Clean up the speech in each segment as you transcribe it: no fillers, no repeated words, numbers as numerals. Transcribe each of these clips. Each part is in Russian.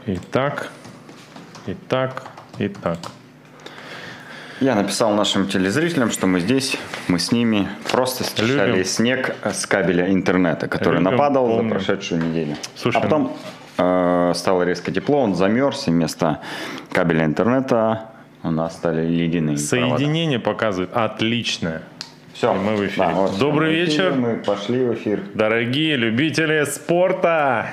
Итак. Я написал нашим телезрителям, что мы здесь, мы с ними просто счищали снег с кабеля интернета, который нападал за прошедшую неделю. Слушай, а потом стало резко тепло, он замерз, и вместо кабеля интернета у нас стали ледяные соединение провода. Показывает отличное. Все, и мы в эфире. Да, вот Добрый вечер. Мы пошли в эфир. Дорогие любители спорта.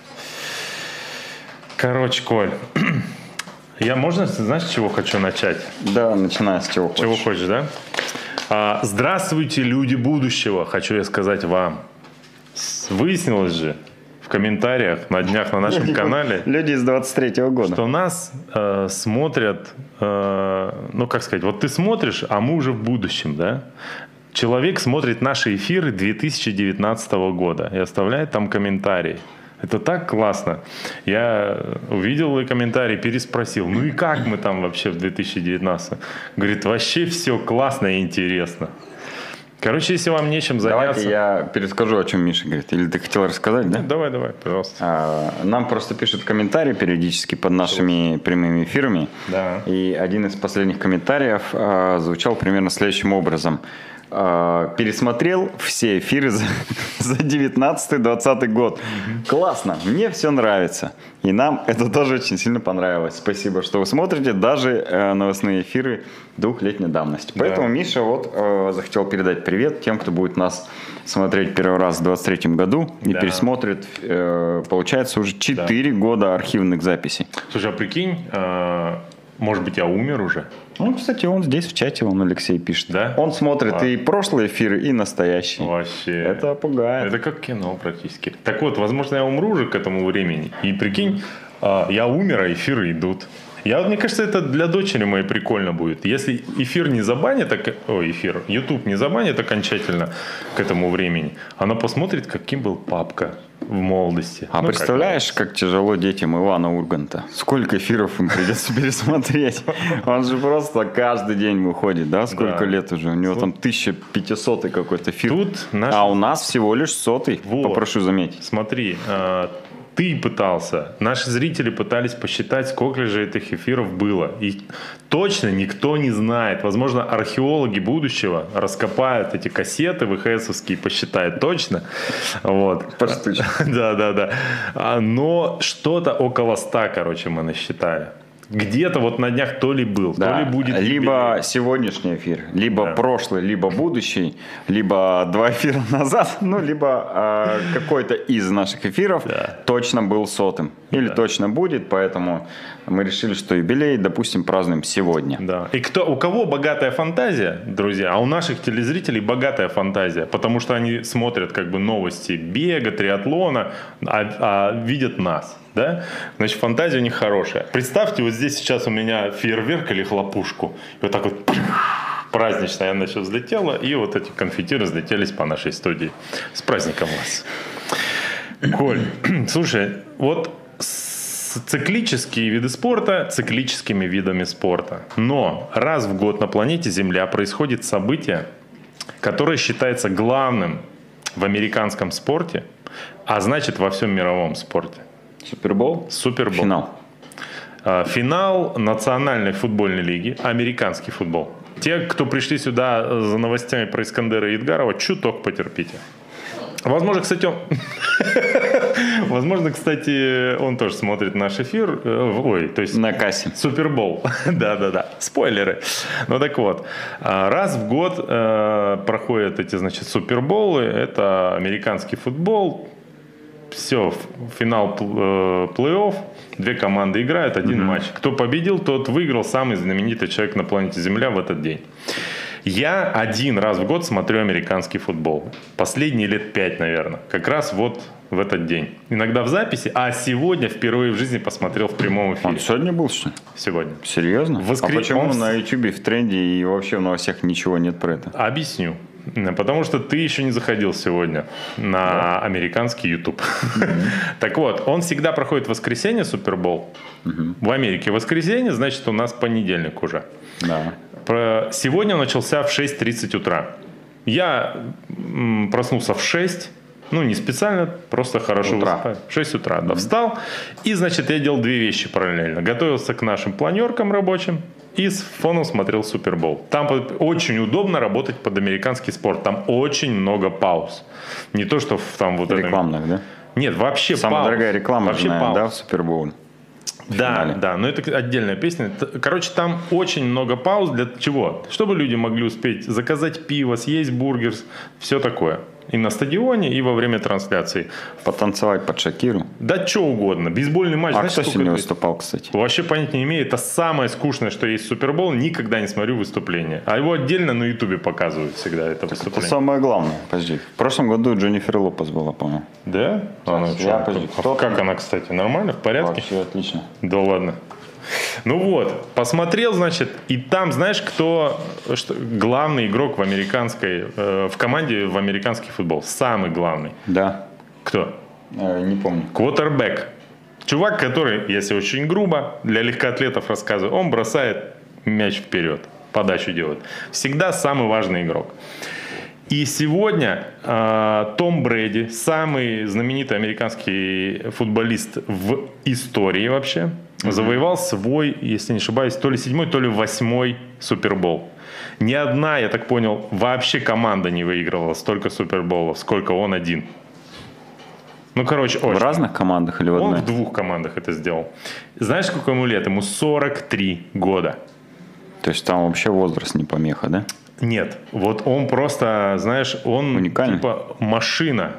Короче, Коль, можно, знаешь, с чего хочу начать? Да, начинай с чего хочешь. Чего хочешь, да? Здравствуйте, люди будущего, хочу я сказать вам. Выяснилось же в комментариях на днях на нашем канале. Люди из 23-го года. Что нас смотрят, как сказать, вот ты смотришь, а мы уже в будущем, да? Человек смотрит наши эфиры 2019 года и оставляет там комментарии. Это так классно. Я увидел комментарий, переспросил, ну и как мы там вообще в 2019? Говорит, вообще все классно и интересно. Короче, если вам нечем заняться... Давайте я перескажу, о чем Миша говорит. Или ты хотел рассказать, да? Давай, пожалуйста. Нам просто пишут комментарии периодически под нашими прямыми эфирами. Да. И один из последних комментариев звучал примерно следующим образом. Пересмотрел все эфиры за 19-20 год. Классно, мне все нравится. И нам это тоже очень сильно понравилось. Спасибо, что вы смотрите даже новостные эфиры двухлетней давности. Да. Поэтому Миша захотел передать привет тем, кто будет нас смотреть первый раз в 23-м году и пересмотрит, получается, уже 4 года архивных записей. Слушай, а прикинь, может быть, я умер уже? Ну, кстати, он здесь в чате, Алексей пишет. Да? Он смотрит и прошлые эфиры, и настоящие. Вообще. Это пугает. Это как кино практически. Так вот, возможно, я умру уже к этому времени. И прикинь, я умер, а эфиры идут. Мне кажется, это для дочери моей прикольно будет. Если эфир не забанит, YouTube не забанит окончательно к этому времени, она посмотрит, каким был папка в молодости. Представляешь, как тяжело детям Ивана Урганта? Сколько эфиров им придется пересмотреть? Он же просто каждый день выходит, да? Сколько лет уже? У него там 1500 какой-то эфир. А у нас всего лишь 100-й. Попрошу заметить. Смотри, ты пытался, наши зрители пытались посчитать, сколько же этих эфиров было. И точно никто не знает. Возможно, археологи будущего раскопают эти кассеты ВХСовские и посчитают точно. Вот. Почти. Да. Но что-то около 100, мы насчитали. Где-то на днях то ли был, то ли будет. Либо сегодняшний эфир, либо прошлый, либо будущий, либо 2 эфира назад, либо какой-то из наших эфиров точно был 100-м. Или точно будет, поэтому мы решили, что юбилей, допустим, празднуем сегодня. Да. И у кого богатая фантазия, друзья, а у наших телезрителей богатая фантазия, потому что они смотрят новости бега, триатлона, а видят нас. Да? Значит, фантазия у них хорошая. Представьте, вот здесь сейчас у меня фейерверк или хлопушку. И вот так вот праздничная она сейчас взлетела, и вот эти конфетти разлетелись по нашей студии. С праздником вас. Коль, слушай, циклические виды спорта циклическими видами спорта. Но раз в год на планете Земля происходит событие, которое считается главным в американском спорте, а значит во всем мировом спорте. Супербол? Супербол. Финал. Финал национальной футбольной лиги, американский футбол. Те, кто пришли сюда за новостями про Искандера и Едгарова, чуток потерпите. Возможно, кстати, он тоже смотрит наш эфир. То есть на кассе. Супербол. Да. Спойлеры. Так вот, раз в год проходят эти, суперболы. Это американский футбол. Все, финал плей-офф, 2 команды играют, 1 матч. Кто победил, тот выиграл, самый знаменитый человек на планете Земля в этот день. Я 1 раз в год смотрю американский футбол. Последние лет 5, наверное. Как раз в этот день. Иногда в записи, а сегодня впервые в жизни посмотрел в прямом эфире. Он сегодня был, что ли? Сегодня. Серьезно? А почему на YouTube, в тренде и вообще в новостях ничего нет про это? Объясню. Потому что ты еще не заходил сегодня на американский YouTube. Так вот, он всегда проходит в воскресенье, Супербол. В Америке воскресенье, значит, у нас понедельник уже. Сегодня он начался в 6:30 утра. Я проснулся в 6, Ну, не специально, просто хорошо высыпаю. В 6 утра, да, встал. И, значит, я делал две вещи параллельно. Готовился к нашим планеркам рабочим и с фоном смотрел Супербол. Там очень удобно работать под американский спорт. Там очень много пауз. Не то, что там вот рекламных, да? Нет, вообще самая пауз. Дорогая реклама, вообще наверное, да, в Супербоуле? Да, да, но это отдельная песня. Короче, там очень много пауз. Для чего? Чтобы люди могли успеть заказать пиво, съесть бургер, все такое. И на стадионе, и во время трансляции. Потанцевать под Шакиру. Да, что угодно. Бейсбольный матч. А кто сегодня выступал, кстати? Вообще понятия не имею. Это самое скучное, что есть в Супербол. Никогда не смотрю выступление. А его отдельно на Ютубе показывают всегда, это выступление. Это самое главное. Подожди. В прошлом году Дженнифер Лопес была, по-моему. Да? Как она, кстати? Нормально? В порядке? Вообще отлично. Да ладно. Ну вот, посмотрел, значит, и там, знаешь, кто главный игрок в американской, в команде в американский футбол? Самый главный. Да. Кто? Не помню. Квотербек. Чувак, который, если очень грубо, для легкоатлетов рассказываю, он бросает мяч вперед, подачу делает. Всегда самый важный игрок. И сегодня Том Брэди, самый знаменитый американский футболист в истории вообще, завоевал свой, если не ошибаюсь, то ли 7-й, то ли 8-й Супербол. Ни одна, я так понял, вообще команда не выигрывала столько Суперболов, сколько он один. Ну, короче, очень. В разных командах или в одной? Он в двух командах это сделал. Знаешь, сколько ему лет? Ему 43 года. То есть там вообще возраст не помеха, да? Нет, вот он просто, знаешь, он уникальный. Типа машина.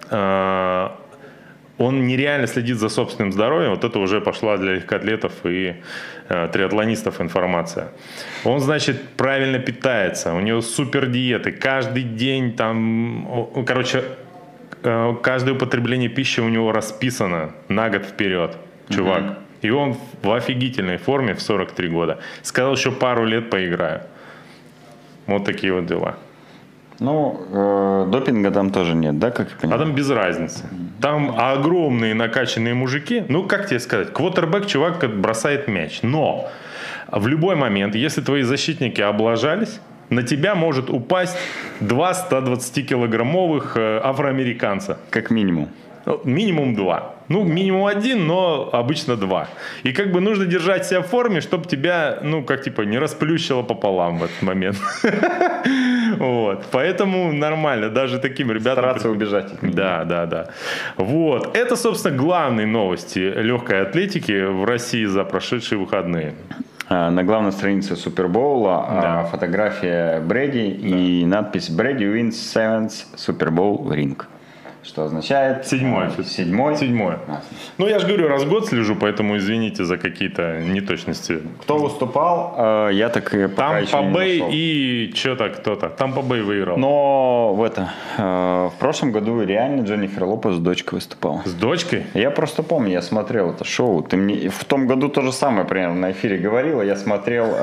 Он нереально следит за собственным здоровьем. Вот это уже пошла для легкоатлетов и триатлонистов информация. Он, значит, правильно питается. У него супер диеты. Каждый день там, короче, каждое употребление пищи у него расписано на год вперед, чувак. И он в офигительной форме в 43 года. Сказал, еще пару лет поиграю. Вот такие вот дела. Ну, допинга там тоже нет, да, как я понимаю? А там без разницы. Там огромные накачанные мужики. Ну, как тебе сказать, квотербек, чувак, бросает мяч. Но в любой момент, если твои защитники облажались, на тебя может упасть 2 120-килограммовых афроамериканца. Как минимум. Минимум 2. Ну, минимум 1, но обычно 2. И как бы нужно держать себя в форме, чтобы тебя, ну, как типа, не расплющило пополам в этот момент. Вот. Поэтому нормально, даже таким ребятам... Стараться убежать. Да. Вот. Это, собственно, главные новости легкой атлетики в России за прошедшие выходные. На главной странице Супербоула фотография Брэди и надпись «Брэди wins 7th Super Bowl ring». Что означает? Седьмой. Ну, я же говорю, раз в год слежу, поэтому извините за какие-то неточности. Кто выступал? Я так и пока еще не нашел. Тампа Бэй и что-то кто-то. Тампа Бэй выиграл. Но в прошлом году реально Дженнифер Лопес с дочкой выступала. С дочкой? Я просто помню, я смотрел это шоу. Ты мне в том году то же самое примерно на эфире говорила. Я смотрел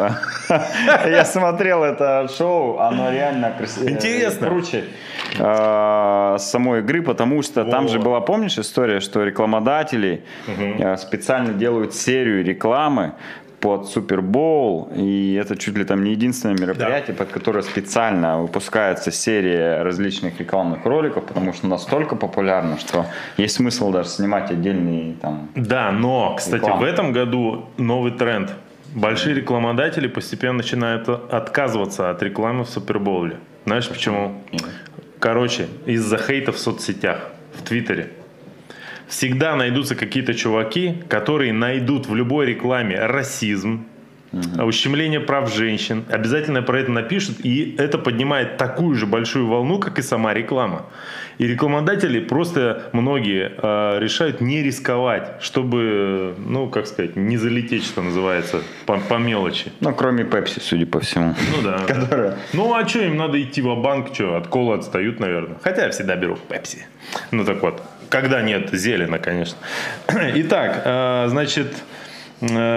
это шоу. Оно реально интересно, круче самой игры, потому что там же была, помнишь, история, что рекламодатели специально делают серию рекламы под Супербоул, и это чуть ли там не единственное мероприятие, под которое специально выпускается серия различных рекламных роликов, потому что настолько популярно, что есть смысл даже снимать отдельные там. Да, но, кстати, в этом году новый тренд. Большие рекламодатели постепенно начинают отказываться от рекламы в Супербоуле. Знаешь почему? Короче, из-за хейта в соцсетях, в Твиттере. Всегда найдутся какие-то чуваки, которые найдут в любой рекламе расизм, ущемление прав женщин. Обязательно про это напишут, и это поднимает такую же большую волну, как и сама реклама. И рекламодатели просто многие решают не рисковать, чтобы, ну, как сказать, не залететь, что называется, по мелочи. Ну, кроме Пепси, судя по всему. Ну да. Которая... Ну, а что, им надо идти в банк, что, от колы отстают, наверное. Хотя я всегда беру Пепси. Ну, так вот. Когда нет зелена, конечно. Итак, значит,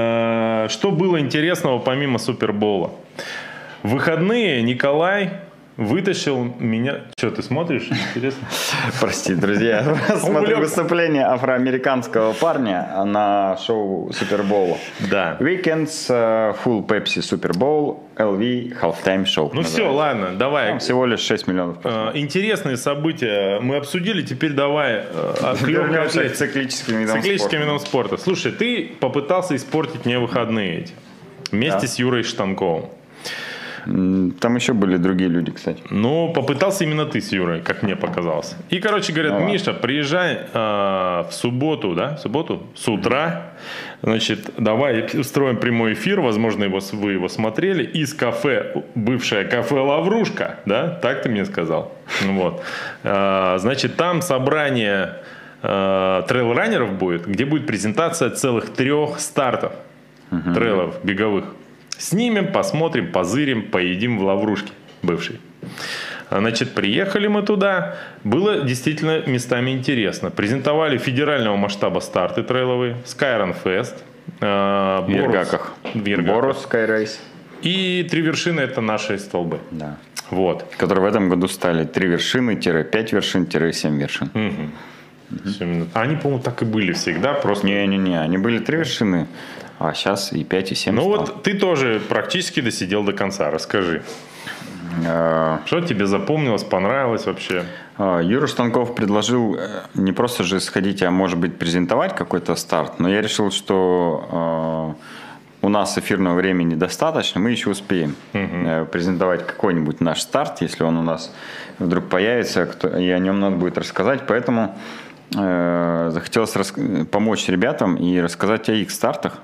что было интересного помимо Супербола? В выходные Николай вытащил меня... Что, ты смотришь? Интересно? Прости, друзья, смотрю выступление афроамериканского парня на шоу Супербоула. Да. Weekends Full Pepsi Super Bowl LV Halftime Show. Ну все, ладно, давай. Там всего лишь 6 миллионов. Интересные события мы обсудили, теперь давай вернемся к циклическим видам спорта. Слушай, ты попытался испортить мне выходные эти вместе с Юрой Штанковым. Там еще были другие люди, кстати. Ну, попытался именно ты с Юрой, как мне показалось. И, короче, говорят, Миша, приезжай в субботу, да? В субботу? С утра. Значит, давай устроим прямой эфир. Возможно, вы его смотрели. Из кафе, бывшее кафе «Лаврушка». Да? Так ты мне сказал? Вот. Значит, там собрание трейл-раннеров будет, где будет презентация целых 3 стартов трейлов беговых. Снимем, посмотрим, позырим, поедим в Лаврушке бывшей. Значит, приехали мы туда. Было действительно местами интересно. Презентовали федерального масштаба старты трейловые. Skyrun Fest. В Вергаках. Борус Skyrrace. И 3 вершины – это наши столбы. Да. Вот. Которые в этом году стали 3 вершины-5 вершин-7 вершин. Они, по-моему, так и были всегда. Просто... Не-не-не, они были 3 вершины. А сейчас и 5, и 7 Ну стал. вот ты тоже практически досидел до конца. Расскажи. Что тебе запомнилось, понравилось вообще? Юра Штанков предложил не просто же сходить, а может быть презентовать какой-то старт. Но я решил, что у нас эфирного времени достаточно. Мы еще успеем презентовать какой-нибудь наш старт, если он у нас вдруг появится, и о нем надо будет рассказать. Поэтому захотелось помочь ребятам и рассказать о их стартах.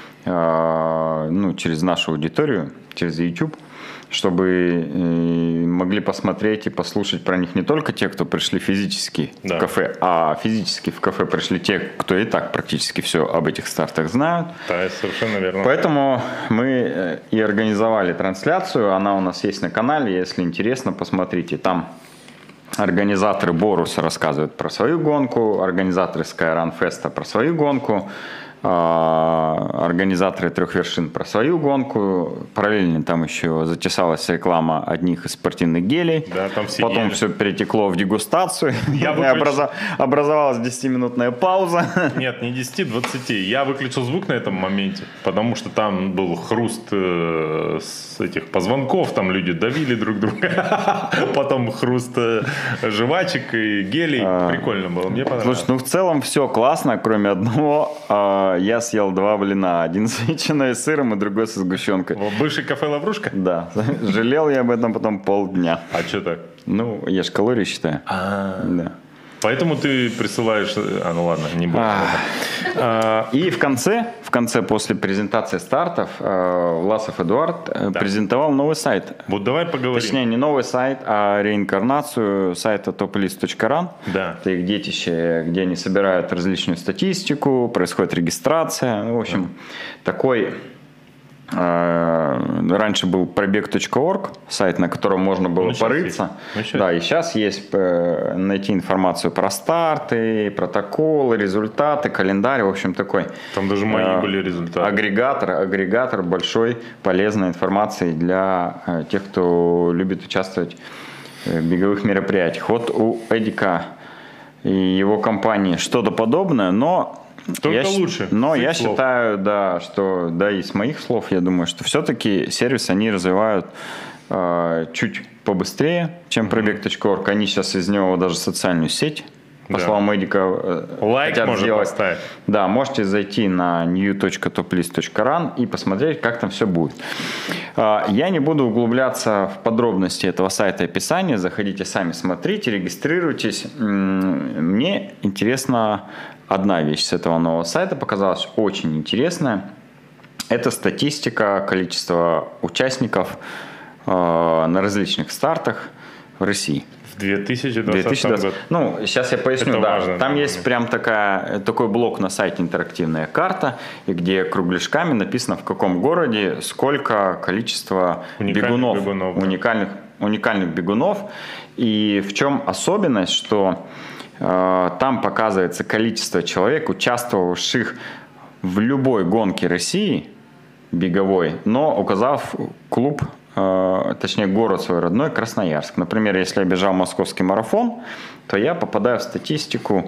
Через нашу аудиторию, через YouTube, чтобы могли посмотреть и послушать про них не только те, кто пришли физически в кафе, а физически в кафе пришли те, кто и так практически все об этих стартах знают. Да, совершенно верно. Поэтому мы и организовали трансляцию, она у нас есть на канале, если интересно, посмотрите, там организаторы Боруса рассказывают про свою гонку, организаторы Skyrun Fest про свою гонку, организаторы 3 вершин про свою гонку. Параллельно там еще затесалась реклама одних из спортивных гелей. Да, там все Потом ели. все перетекло в дегустацию. Образовалась 10-минутная пауза. Нет, не 10, 20. Я выключил звук на этом моменте, потому что там был хруст с этих позвонков, там люди давили друг друга. Потом хруст жвачек и гелей. Прикольно было, мне понравилось. Слушай, в целом все классно, кроме одного. Я съел 2 блина. Один с ветчиной и сыром, и другой со сгущенкой. Бывший кафе «Лаврушка»? Да. Жалел я об этом потом полдня. А что так? Ну, я ж калории считаю. Да. Поэтому ты присылаешь... ну ладно, не буду. И в конце, после презентации стартов, Власов Эдуард презентовал новый сайт. Вот давай поговорим. Точнее, не новый сайт, а реинкарнацию сайта toplist.run. Да. Это их детище, где они собирают различную статистику, происходит регистрация. В общем, такой... Раньше был пробег.орг, сайт, на котором можно было порыться. Да, и сейчас есть найти информацию про старты, протоколы, результаты, календарь, в общем, такой. Там даже мои были результаты. Агрегатор большой, полезной информации для тех, кто любит участвовать в беговых мероприятиях. Вот у Эдика и его компании что-то подобное, но... Только лучше. Но я считаю, что и с моих слов, я думаю, что все-таки сервис они развивают чуть побыстрее, чем пробег.орг. Они сейчас из него даже социальную сеть, по словам Эдика, лайк можно поставить. Да, можете зайти на new.toplist.run и посмотреть, как там все будет. Я не буду углубляться в подробности этого сайта и описания. Заходите сами, смотрите, регистрируйтесь. Мне интересно... Одна вещь с этого нового сайта показалась очень интересная. Это статистика количества участников на различных стартах в России. В 2020 году. Ну, сейчас я поясню. Это важно, там есть прям такой блок на сайте «Интерактивная карта», и где кругляшками написано, в каком городе сколько количество бегунов. Уникальных бегунов. И в чем особенность, что... Там показывается количество человек, участвовавших в любой гонке России беговой, но указав клуб точнее город свой родной, Красноярск. Например, если я бежал московский марафон, то я попадаю в статистику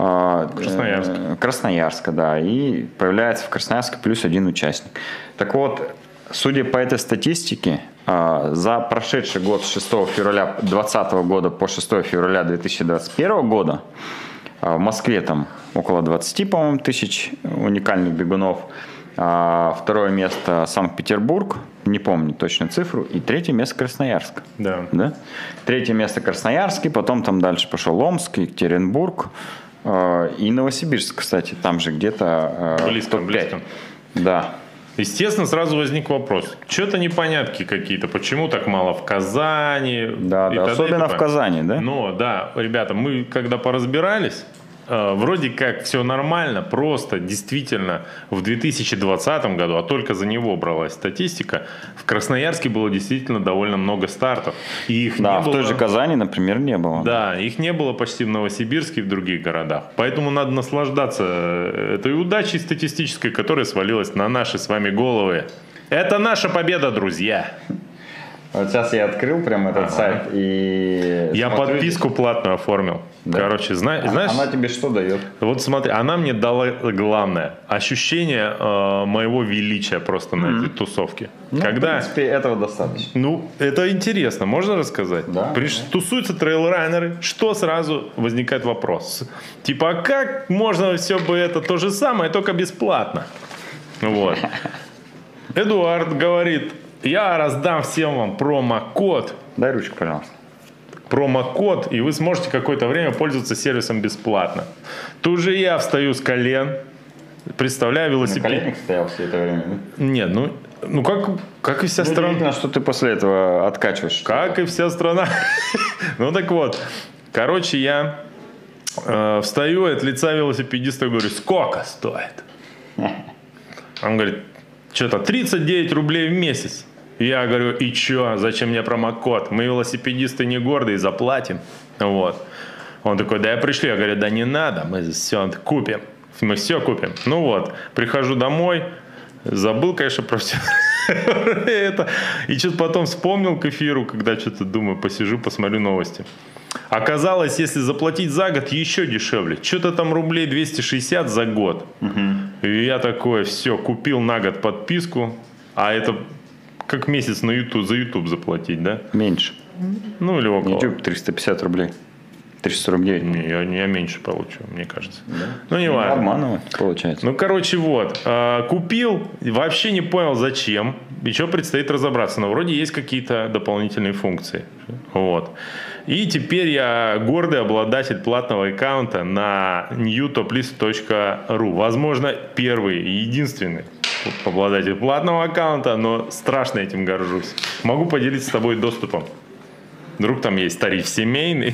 Красноярска, да, и появляется в Красноярске плюс 1 участник. Так вот, судя по этой статистике, за прошедший год с 6 февраля 2020 года по 6 февраля 2021 года в Москве там около 20, по-моему, тысяч уникальных бегунов. Второе место Санкт-Петербург, не помню точную цифру, и третье место Красноярск. Да. Да? Третье место Красноярск, потом там дальше пошел Омск, Екатеринбург и Новосибирск, кстати, там же где-то близко. Да. Естественно, сразу возник вопрос. Что-то непонятки какие-то. Почему так мало в Казани? Да, особенно в Казани, да? Но, да, ребята, мы когда поразбирались, вроде как все нормально, просто действительно в 2020 году, а только за него бралась статистика, в Красноярске было действительно довольно много стартов. И их да, не в было... той же Казани, например, не было. Да, их не было почти в Новосибирске и в других городах. Поэтому надо наслаждаться этой удачей статистической, которая свалилась на наши с вами головы. Это наша победа, друзья! Вот сейчас я открыл прям этот сайт и... Я смотрю, подписку платную оформил. Да? Короче, знаешь... Она тебе что дает? Вот смотри, она мне дала главное. Ощущение моего величия просто на этой тусовке. Ну, в принципе, этого достаточно. Ну, это интересно. Можно рассказать? Да. Тусуются трейл-раннеры. Что сразу возникает вопрос? Типа, а как можно все бы это то же самое, только бесплатно? Вот. Эдуард говорит... Я раздам всем вам промокод. Дай ручку, пожалуйста. Промокод, и вы сможете какое-то время пользоваться сервисом бесплатно. Тут же я встаю с колен, представляю велосипед. На коленях стоял все это время, да? Нет, ну как и вся страна. Удивительно, что ты после этого откачиваешь. Как и вся страна. Ну так вот, короче, я встаю от лица велосипедиста и говорю, сколько стоит? Он говорит, что-то 39 рублей в месяц. Я говорю, и чё, зачем мне промокод? Мы велосипедисты не гордые, заплатим. Вот. Он такой, да я пришли. Я говорю, да не надо, мы все купим. Мы все купим. Ну вот, прихожу домой, забыл, конечно, про все это. И что-то потом вспомнил к эфиру, когда что-то думаю, посижу, посмотрю новости. Оказалось, если заплатить за год, еще дешевле. Что-то там рублей 260 за год. И я такой, все, купил на год подписку. А это как месяц на YouTube, за YouTube заплатить, да? Меньше. Ну или около. YouTube 350 рублей. 349. Не, я меньше получу, мне кажется. Да? Ну не важно. Обманывать, получается. Ну короче вот, купил, вообще не понял зачем. Еще предстоит разобраться. Но вроде есть какие-то дополнительные функции. Вот. И теперь я гордый обладатель платного аккаунта на newtoplist.ru. Возможно, первый и единственный обладатель платного аккаунта, но страшно этим горжусь. Могу поделиться с тобой доступом. Вдруг там есть тариф семейный.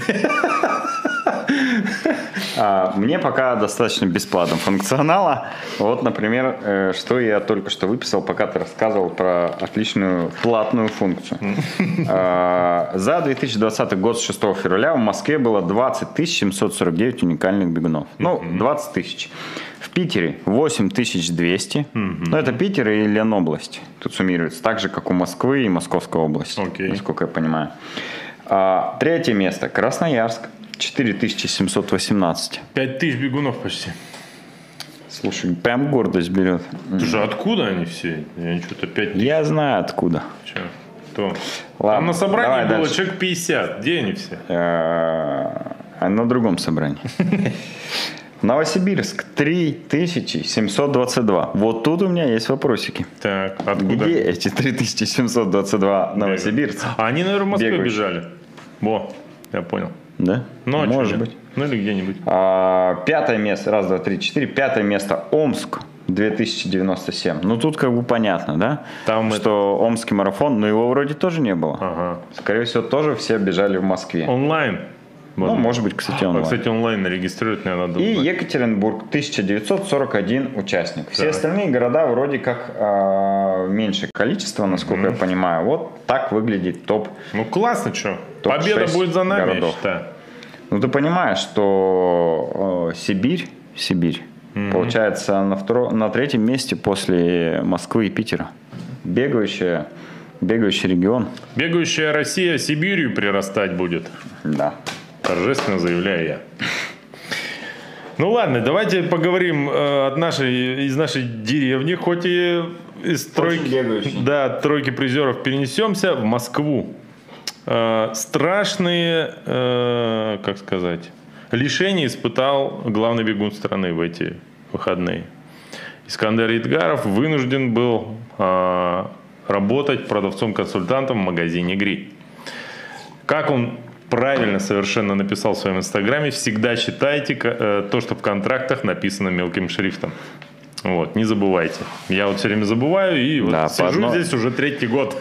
Мне пока достаточно бесплатного функционала. Вот, например, что я только что выписал, пока ты рассказывал про отличную платную функцию. За 2020 год с 6 февраля в Москве было 20 749 уникальных бегунов. Ну, 20 тысяч. В Питере 8200. Но это Питер и Ленобласть. Тут суммируется. Так же, как у Москвы и Московской области, насколько я понимаю. Третье место Красноярск. 4718. 5000 бегунов почти. Слушай, прям гордость берет. Слушай, откуда они все? Я что-то 5000. Я знаю откуда. Че? Кто? Ладно, там на собрании было дальше. человек 50. Где они все? На другом собрании. Новосибирск 3722. Вот тут у меня есть вопросики. Так, откуда? Где эти 3722 новосибирцы? А они, наверное, в Москве бегающие? бежали. Во, я понял. Да? Ну, а может чё быть. нет? Ну или где-нибудь. Пятое место, раз, два, три, четыре. Пятое место Омск 2097. Ну тут как бы понятно, да? Там что Омский марафон, но его вроде тоже не было. Ага. Скорее всего, тоже все бежали в Москве. Онлайн. Ну, может быть, кстати, онлайн. Кстати, онлайн регистрировать мне надо. И Екатеринбург 1941 участник. Все Так. остальные города вроде как меньшее количество, насколько я понимаю. Вот так выглядит топ. Ну классно, что? Топ-6 Победа будет за нами, городов. я считаю. Ну, ты понимаешь, что Сибирь, получается, на третьем месте после Москвы и Питера. Бегающая Бегающий регион. Бегающая Россия Сибирью прирастать будет. Да. Торжественно заявляю я. Ну ладно, давайте поговорим из нашей деревни, хоть и из тройки призеров перенесемся в Москву. Страшные, как сказать, лишения испытал главный бегун страны в эти выходные. Искандер Идгаров вынужден был работать продавцом-консультантом в магазине «Гри». Как он правильно совершенно написал в своем инстаграме: всегда читайте то, что в контрактах написано мелким шрифтом. Вот, не забывайте. Я вот все время забываю и вот сижу здесь уже 3-й год.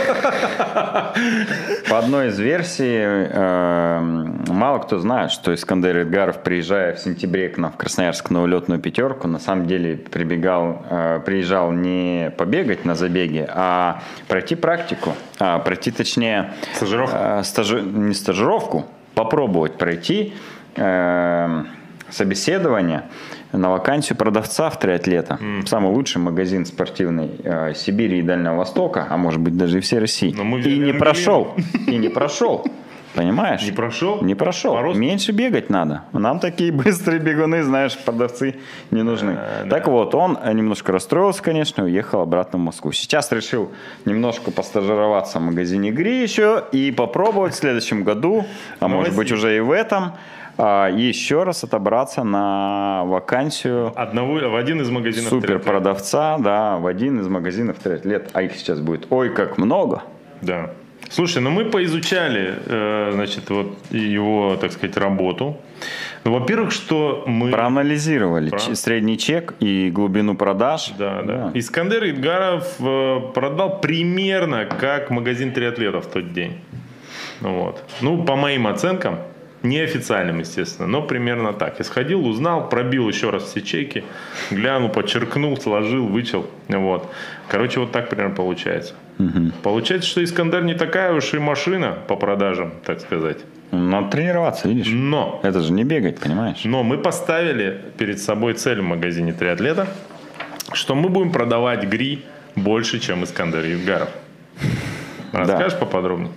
По одной из версий, мало кто знает, что Искандер Идгаров, приезжая в сентябре к нам в Красноярск на улетную пятерку, на самом деле приезжал не побегать на забеге, а пройти практику. Пройти, точнее, не стажировку, попробовать пройти собеседование на вакансию продавца в триатлета. Самый лучший магазин спортивный Сибири и Дальнего Востока, а может быть даже и всей России. И не прошел. Понимаешь? Не прошел? Не прошел. Меньше бегать надо. Нам такие быстрые бегуны, знаешь, продавцы не нужны. Так вот, он немножко расстроился, конечно, и уехал обратно в Москву. Сейчас решил немножко постажироваться в магазине «Гри» еще и попробовать в следующем году, а может быть уже и в этом, еще раз отобраться на вакансию в один из магазинов суперпродавца, да, в один из магазинов триатлет. А их сейчас будет ой как много. Да. Слушай, ну мы поизучали, значит, вот его, так сказать, работу. Ну, во-первых, что мы проанализировали средний чек и глубину продаж. Да. Искандер Идгаров продал примерно как магазин триатлетов в тот день. Вот. Ну, по моим оценкам, неофициальным, естественно, но примерно так. Я сходил, узнал, пробил еще раз все чеки, глянул, подчеркнул, сложил, вычел. Вот. Короче, вот так примерно получается. Получается, что Искандер не такая уж и машина по продажам, так сказать. Надо тренироваться, видишь? Но это же не бегать, понимаешь? Но мы поставили перед собой цель в магазине триатлета, что мы будем продавать «Гри» больше, чем Искандер Идгаров. Расскажешь поподробнее?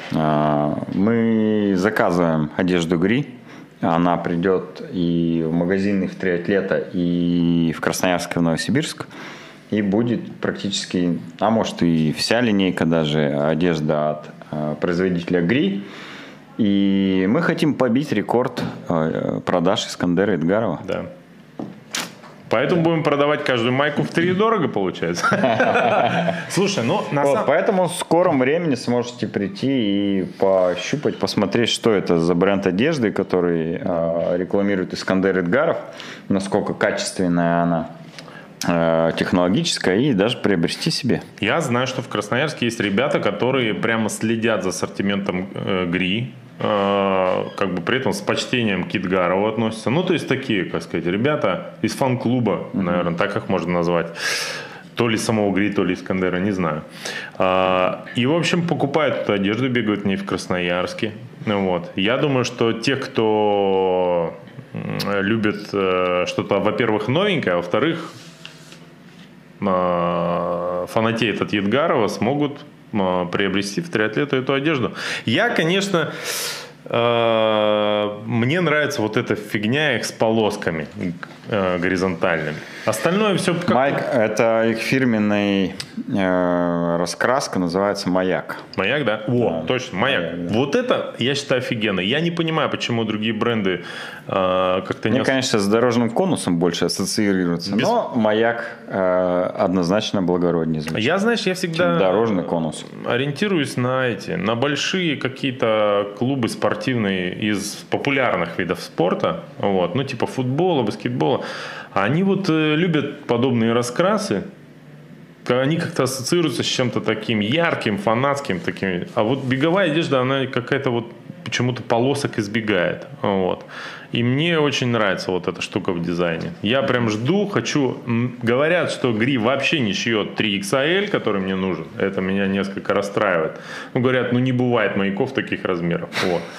Мы заказываем одежду «Гри». Она придет и в магазины в триатлета, и в Красноярск, и в Новосибирск. И будет практически, а может и вся линейка даже, одежда от производителя «Гри». И мы хотим побить рекорд продаж Искандера Идгарова. Да. Поэтому будем продавать каждую майку втридорого, получается. Слушай, ну поэтому в скором времени сможете прийти и пощупать, посмотреть, что это за бренд одежды, который рекламирует Искандер Идгаров, насколько качественная она, технологическая, и даже приобрести себе. Я знаю, что в Красноярске есть ребята, которые прямо следят за ассортиментом «Гри», как бы при этом с почтением к Идгарову относятся. Ну, то есть такие, как сказать, ребята из фан-клуба, наверное, так их можно назвать. То ли самого «Гри», то ли Искандера, не знаю. И, в общем, покупают эту одежду, бегают в ней в Красноярске. Вот. Я думаю, что те, кто любит что-то, во-первых, новенькое, а во-вторых, фанатеет от Идгарова, смогут приобрести в триатлету эту одежду. Я, конечно, мне нравится вот эта фигня их с полосками горизонтальными. Остальное все как... Майк, это их фирменная раскраска, называется «Маяк». Маяк, да? О, точно, «Маяк». Да. Вот это, я считаю, офигенно. Я не понимаю, почему другие бренды как-то не... Мне, конечно, с дорожным конусом больше ассоциируется, но «Маяк» однозначно благороднее звучит. Я, знаешь, я всегда дорожный конус ориентируюсь на большие какие-то клубы спортивные из популярных видов спорта, вот, ну, типа футбола, баскетбола. Они вот любят подобные раскрасы, они как-то ассоциируются с чем-то таким ярким, фанатским таким. А вот беговая одежда, она какая-то вот почему-то полосок избегает. Вот. И мне очень нравится вот эта штука в дизайне. Я прям жду, хочу... Говорят, что Гри вообще не шьет 3XL, который мне нужен. Это меня несколько расстраивает. Ну, говорят, ну не бывает маяков таких размеров.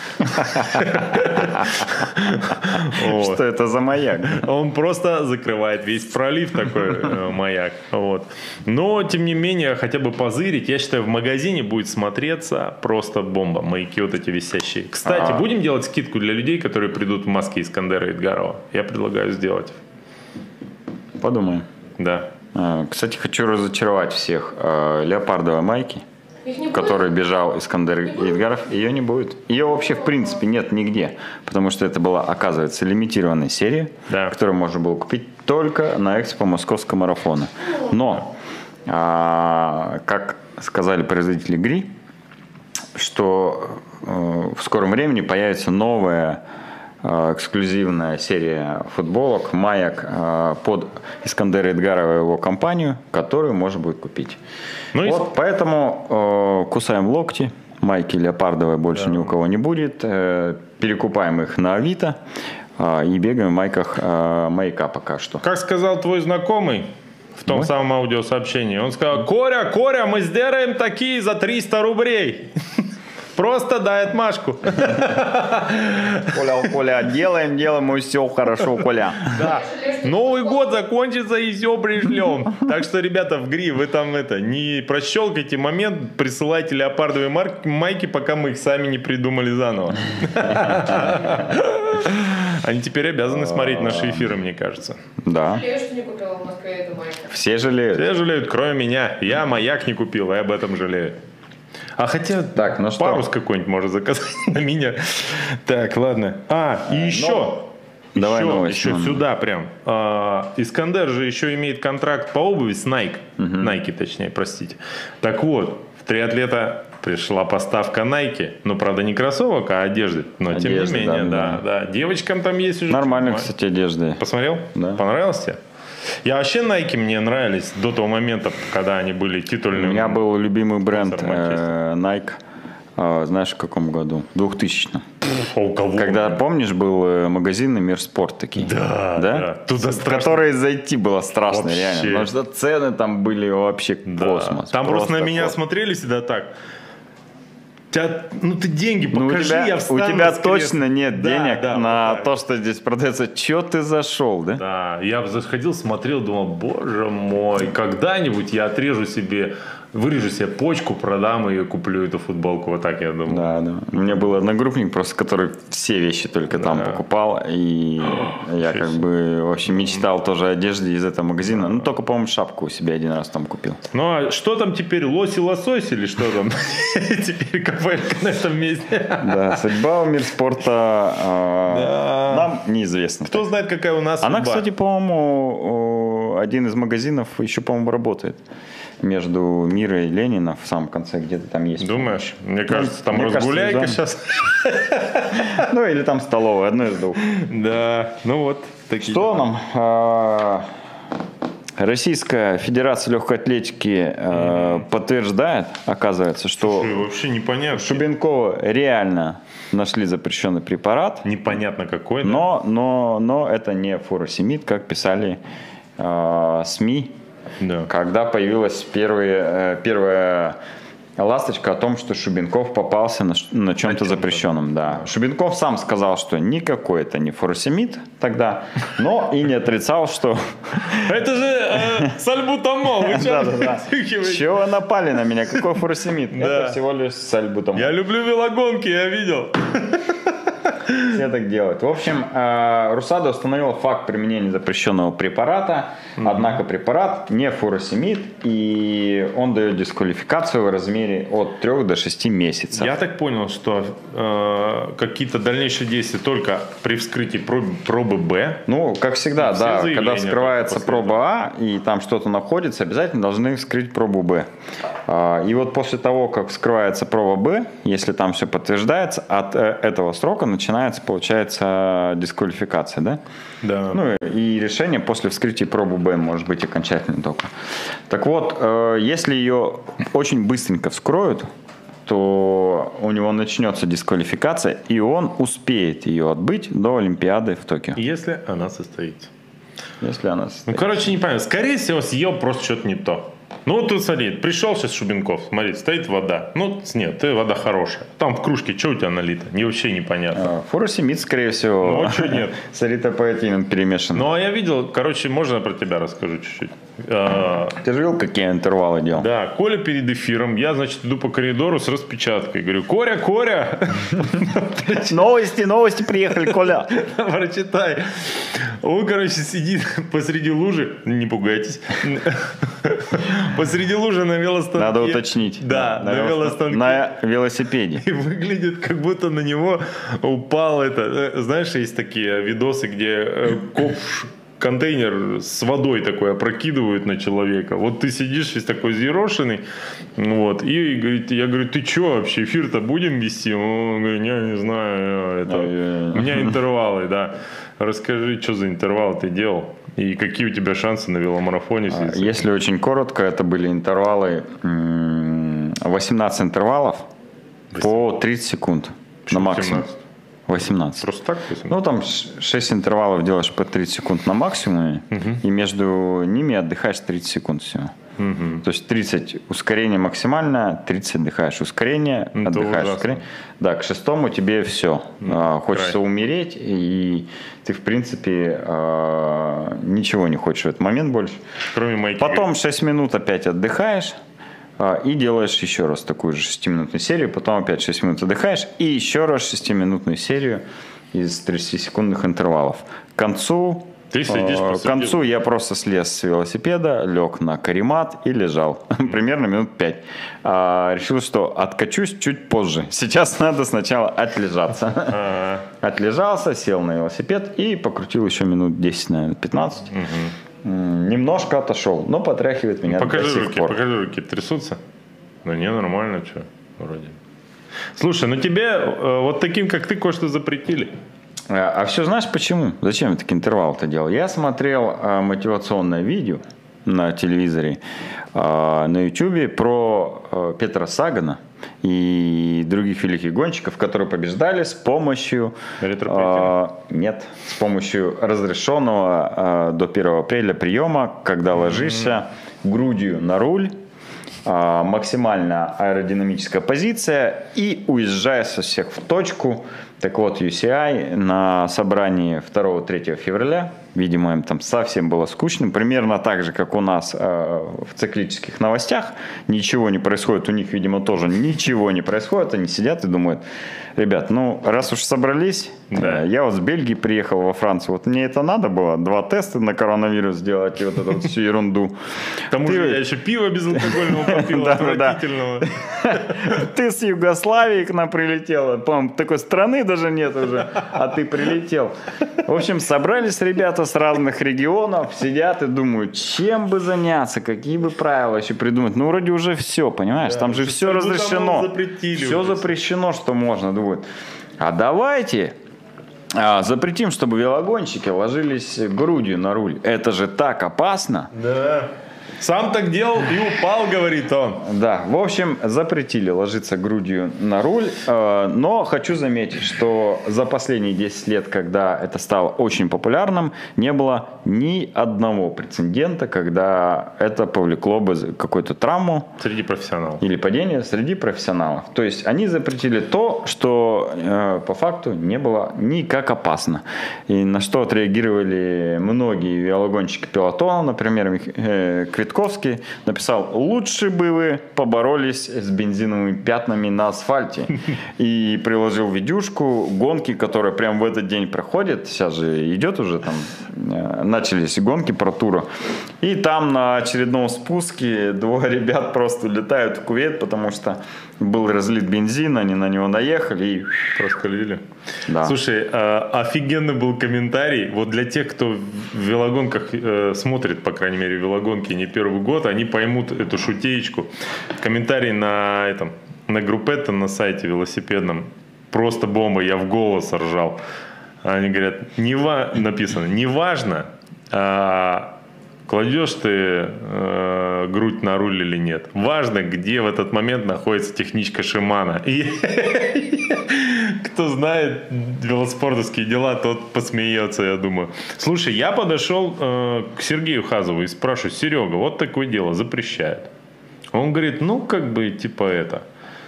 Что это за маяк? Он просто закрывает весь пролив, такой маяк. Вот. Но, тем не менее, хотя бы позырить, я считаю, в магазине будет смотреться просто бомба. Маяки вот эти висящие. Кстати, будем делать скидку для людей, которые придут в маске Искандера Эдгарова? Я предлагаю сделать. Подумаем. Да. Кстати, хочу разочаровать всех. Леопардовой майки, в которой бежал Искандер Эдгаров, ее не будет. Ее вообще, в принципе, нет нигде. Потому что это была, оказывается, лимитированная серия, которую можно было купить только на экспо Московского марафона. Но, как сказали производители Гри, что в скором времени появится новая эксклюзивная серия футболок, маек под Искандера Эдгарова и его компанию, которую можно будет купить. Ну вот, поэтому кусаем локти, майки леопардовые больше ни у кого не будет, перекупаем их на Авито и бегаем в майках маяка пока что. Как сказал твой знакомый в том самом аудиосообщении, он сказал: Коря, мы сделаем такие за 300 рублей. Просто дай отмашку. Коля, делаем, и все хорошо, Коля. Да. Новый год закончится, и все пришлем. Так что, ребята, в Гри, вы там не прощелкайте момент, присылайте леопардовые майки, пока мы их сами не придумали заново. Они теперь обязаны смотреть наши эфиры, мне кажется. Да. Жалею, что не купила в Москве эту майку. Все жалеют. Все жалеют, кроме меня. Я маяк не купил, и об этом жалею. А хотя так, ну парус какой-нибудь может заказать на меня. Так, ладно. И еще. Давай еще сюда прям. Искандер же еще имеет контракт по обуви с Nike. Nike, точнее, простите. Так вот, в триатлета пришла поставка Nike. Ну, правда, не кроссовок, а одежды. Но тем не менее, да. Девочкам там есть уже. Нормально, кстати, одежды. Посмотрел? Да. Понравилось тебе? Я вообще Nike мне нравились до того момента, когда они были титульными. У меня был любимый бренд Nike. Знаешь, в каком году? 2000-м. У кого? Когда, помнишь, был магазин Мир Спорт такие? Да. Туда в которые зайти было страшно, вообще. Реально. Потому что цены там были вообще космос. Там просто на меня смотрели всегда так. Ты деньги покажи, я встану. У тебя точно нет денег на то, что здесь продается. Че ты зашел, да? Да, я заходил, смотрел, думал, боже мой, когда-нибудь я отрежу себе, вырежу себе почку, продам и куплю эту футболку. Вот так я думал. Да. У меня был одногруппник, просто который все вещи только там покупал. И я как бы, в общем, мечтал тоже о одежде из этого магазина. Ну, только, по-моему, шапку у себя один раз там купил. Ну, а что там теперь? Лось-лосось или что там? Теперь кафешка на этом месте. Да, судьба у Мир Спорта нам неизвестна. Кто знает, какая у нас судьба. Она, кстати, по-моему, один из магазинов еще, по-моему, работает. Между Мира и Ленина в самом конце где-то там есть. Думаешь? Мне кажется, там разгуляйка сейчас. Ну, или там столовая, одно из двух. Да, ну вот. Что нам? Российская Федерация легкой атлетики подтверждает, оказывается, что вообще непонятно. Шубенкова реально нашли запрещенный препарат. Непонятно какой. Но это не фуросемид, как писали СМИ. Да. Когда появилась первая ласточка о том, что Шубенков попался на чем-то запрещенном. Да. Шубенков сам сказал, что никакой это не фуросемид тогда, но и не отрицал, что... Это же сальбутамол. Чего вы напали на меня? Какой фуросемид? Это всего лишь сальбутамол. Я люблю велогонки, я видел. Все так делают. В общем, РУСАДА установила факт применения запрещенного препарата, однако препарат не фуросемид, и он дает дисквалификацию в размере от 3 до 6 месяцев. Я так понял, что какие-то дальнейшие действия только при вскрытии пробы Б. Ну, как всегда, да, когда вскрывается проба А, и там что-то находится, обязательно должны вскрыть пробу Б. И вот после того, как вскрывается проба Б, если там все подтверждается, от этого срока начинается, получается, дисквалификация, да? Да. Ну и решение после вскрытия пробы Б может быть окончательным только. Так вот, если ее очень быстренько вскроют, то у него начнется дисквалификация, и он успеет ее отбыть до Олимпиады в Токио. Если она состоится. Если она состоится. Ну, короче, не понятно. Скорее всего, съел просто что-то не то. Ну, вот тут смотри, пришел сейчас Шубенков, смотри, стоит вода. Ну, нет, вода хорошая. Там в кружке что у тебя налито? Вообще непонятно. Фуросемид, скорее всего. Ну, а что нет? С эритропоэтином перемешан. Ну, а я видел, короче, можно я про тебя расскажу чуть-чуть? Ты же видел, какие интервалы делал? Да, Коля перед эфиром, я, значит, иду по коридору с распечаткой. Говорю, Коря! Новости приехали, Коля. Прочитай. Он, короче, сидит посреди лужи, не пугайтесь, посреди лужи на велостанке. Надо уточнить. Да, на велостанке. На велосипеде. И выглядит, как будто на него упал это. Знаешь, есть такие видосы, где контейнер с водой такой опрокидывают на человека. Вот ты сидишь весь такой взъерошенный, вот, и говорит, я говорю, ты что вообще, эфир-то будем вести? Он говорит, я не знаю, у меня интервалы, да. Расскажи, что за интервал ты делал? И какие у тебя шансы на веломарафоне? Если очень коротко, это были интервалы 18 интервалов по 30 секунд на максимум. 18. Просто так? 18? Ну, там 6 интервалов делаешь по 30 секунд на максимуме, и между ними отдыхаешь 30 секунд всего. То есть 30 ускорение максимальное, 30 отдыхаешь. Ускорение, отдыхаешь. Ускорение. Да, к 6-му тебе все. Хочется умереть, и ты, в принципе, ничего не хочешь в этот момент больше. Кроме майки. Потом 6 минут опять отдыхаешь. И делаешь еще раз такую же 6-минутную серию, потом опять 6 минут отдыхаешь, и еще раз 6-минутную серию из 30-секундных интервалов. К концу я просто слез с велосипеда, лег на каремат и лежал. Примерно минут 5. Решил, что откачусь чуть позже. Сейчас надо сначала отлежаться. Отлежался, сел на велосипед и покрутил еще минут 10, наверное, 15. Немножко отошел, но потряхивает меня до сих пор. Покажи руки, трясутся? Ну не, нормально, что, вроде. Слушай, ну тебе вот таким, как ты, кое-что запретили. А все знаешь почему? Зачем я такие интервалы-то делал? Я смотрел мотивационное видео на телевизоре, на ютубе про Петра Сагана и других великих гонщиков, которые побеждали с помощью нет, с помощью разрешенного до 1 апреля приема, когда ложишься грудью на руль, максимально аэродинамическая позиция и уезжая со всех в точку. Так вот, UCI на собрании 2-3 февраля, видимо, им там совсем было скучно, примерно так же, как у нас в циклических новостях, ничего не происходит, у них, видимо, тоже ничего не происходит, они сидят и думают, ребят, ну, раз уж собрались, я вот с Бельгии приехал во Францию, вот мне это надо было, 2 теста на коронавирус сделать и вот эту вот всю ерунду. К тому же я еще пиво безалкогольного попил, отвратительного. Ты с Югославии к нам прилетел, по-моему, такой страны даже нет уже, а ты прилетел. В общем, собрались ребята с разных регионов, сидят и думают, чем бы заняться, какие бы правила еще придумать. Ну, вроде уже все, понимаешь, там же все разрешено. Все запрещено, что можно, думают. А давайте запретим, чтобы велогонщики ложились грудью на руль. Это же так опасно. Да. Сам так делал и упал, говорит он. Да, в общем, запретили ложиться грудью на руль, но хочу заметить, что за последние 10 лет, когда это стало очень популярным, не было ни одного прецедента, когда это повлекло бы какую-то травму. Среди профессионалов. Или падение среди профессионалов. То есть они запретили то, что по факту не было никак опасно. И на что отреагировали многие велогонщики пелотона, например, Квитковский написал, лучше бы вы поборолись с бензиновыми пятнами на асфальте. И приложил видюшку гонки, которая прям в этот день проходит. Сейчас же идет уже там, начались гонки про тура. И там на очередном спуске 2 ребят просто летают в кювет, потому что был разлит бензин, они на него наехали и раскалили. Да. Слушай, офигенный был комментарий. Вот для тех, кто в велогонках смотрит, по крайней мере, велогонки не первый год, они поймут эту шутеечку. Комментарий на группетто на сайте велосипедном. Просто бомба, я в голос ржал. Они говорят, написано, неважно, кладешь ты грудь на руль или нет. Важно, где в этот момент находится техничка Шимана. И кто знает велоспортовские дела, тот посмеется, я думаю. Слушай, я подошел к Сергею Хазову и спрашиваю: Серега, вот такое дело, запрещают. Он говорит, ну, как бы, типа это.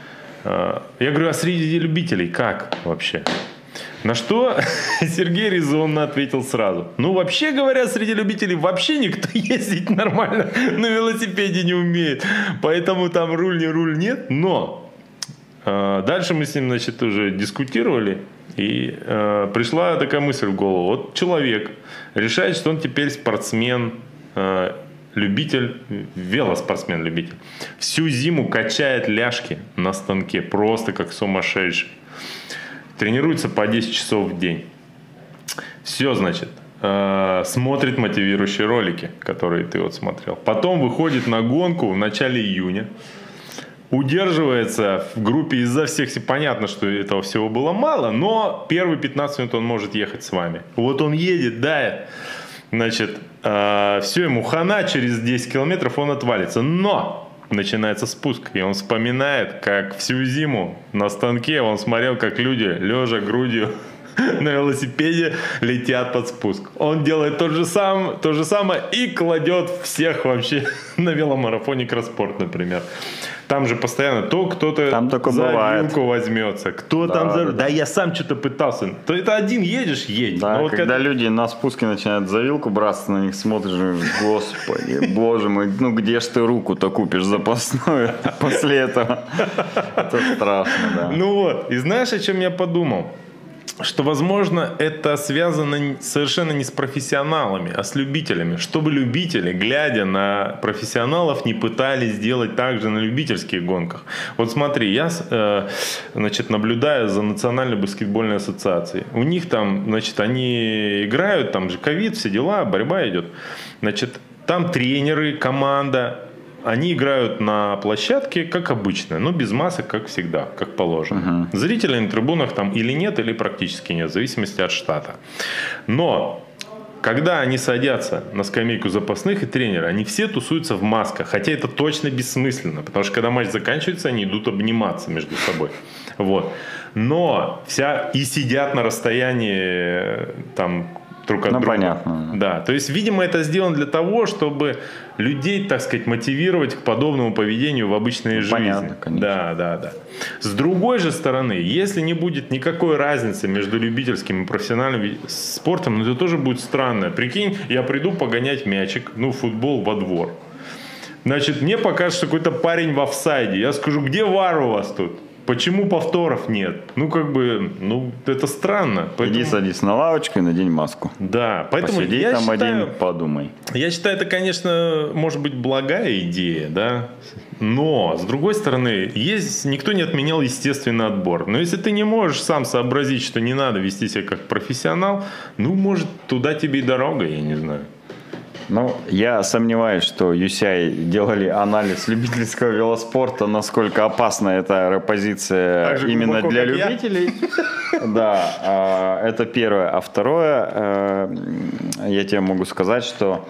Я говорю, а среди любителей как вообще? На что Сергей резонно ответил сразу. Ну, вообще говоря, среди любителей вообще никто ездить нормально на велосипеде не умеет. Поэтому там руль не руль нет. Но дальше мы с ним, значит, уже дискутировали. И пришла такая мысль в голову. Вот человек решает, что он теперь спортсмен, любитель, велоспортсмен-любитель. Всю зиму качает ляжки на станке. Просто как сумасшедший. Тренируется по 10 часов в день. Все, значит, смотрит мотивирующие ролики, которые ты вот смотрел. Потом выходит на гонку в начале июня. Удерживается в группе изо всех сил. Понятно, что этого всего было мало, но первые 15 минут он может ехать с вами. Вот он едет, да, значит, все, ему хана, через 10 километров он отвалится. Но начинается спуск, и он вспоминает, как всю зиму на станке он смотрел, как люди, лежа грудью на велосипеде, летят под спуск. Он делает то же самое и кладет всех вообще на веломарафоне Кросспорт, например. Там же постоянно то кто-то за вилку возьмется, кто там за... Да я сам что-то пытался. То это один едешь, едешь. Да, вот когда люди на спуске начинают за вилку браться, на них смотришь, господи, боже мой, ну где ж ты руку-то купишь запасную после этого? Это страшно, да. Ну вот, и знаешь, о чем я подумал? Что, возможно, это связано совершенно не с профессионалами, а с любителями. Чтобы любители, глядя на профессионалов, не пытались сделать так же на любительских гонках. Вот смотри, я значит, наблюдаю за Национальной баскетбольной ассоциацией. У них там, значит, они играют, там же ковид, все дела, борьба идет. Значит, там тренеры, команда. Они играют на площадке, как обычно, но без масок, как всегда, как положено. Зрителей на трибунах там или нет, или практически нет, в зависимости от штата. Но когда они садятся на скамейку запасных и тренера, они все тусуются в масках, хотя это точно бессмысленно, потому что когда матч заканчивается, они идут обниматься между собой. Вот. Но и сидят на расстоянии там друг от друга. Понятно. Да, то есть, видимо, это сделано для того, чтобы людей, так сказать, мотивировать к подобному поведению в обычной жизни. Понятно, конечно. Да. С другой же стороны, если не будет никакой разницы между любительским и профессиональным спортом, ну, это тоже будет странно. Прикинь, я приду погонять мячик, футбол во двор. Значит, мне покажется какой-то парень в офсайде. Я скажу, где ВАР у вас тут? Почему повторов нет? Это странно. Иди садись на лавочку и надень маску. Да, поэтому посиди я там считаю, один, подумай. Я считаю, это, конечно, может быть благая идея, да. Но, с другой стороны, никто не отменял естественный отбор. Но если ты не можешь сам сообразить, что не надо вести себя как профессионал, может, туда тебе и дорога, я не знаю. Я сомневаюсь, что UCI делали анализ любительского велоспорта, насколько опасна эта позиция именно для любителей. Да, это первое. А второе, я тебе могу сказать, что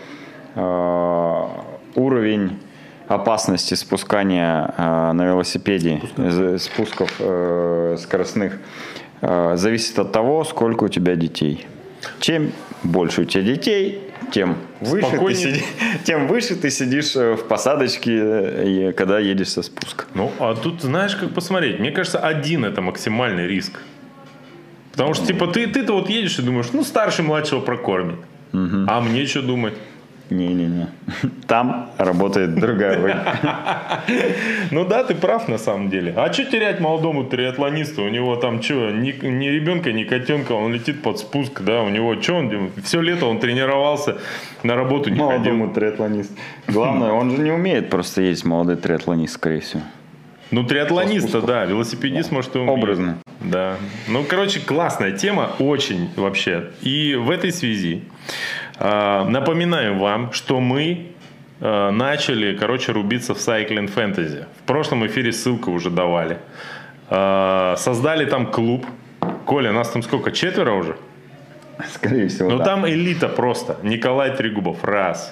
уровень опасности спускания на велосипеде, спусков скоростных, зависит от того, сколько у тебя детей. Чем больше у тебя детей, тем выше ты сидишь в посадочке, когда едешь со спуска. А тут знаешь, как посмотреть. Мне кажется, один это максимальный риск. Потому что, ты-то вот едешь и думаешь, старший младшего прокормит. А мне что думать? Не-не-не. Там работает другая роль. Да, ты прав на самом деле. А что терять молодому триатлонисту? У него там что, ни ребенка, ни котенка, он летит под спуск, да, у него что, все лето он тренировался, на работу не ходил. Молодому триатлонисту. Главное, он же не умеет просто ездить, молодой триатлонист, скорее всего. Триатлонист-то, да, велосипедист, может, и умеет. Образно. Да. Классная тема, очень вообще. И в этой связи напоминаем вам, что мы начали, рубиться в Cycling Fantasy. В прошлом эфире ссылку уже давали. Создали там клуб. Коля, нас там сколько? 4 уже? Скорее всего, да. Там элита просто. Николай Трегубов. Раз.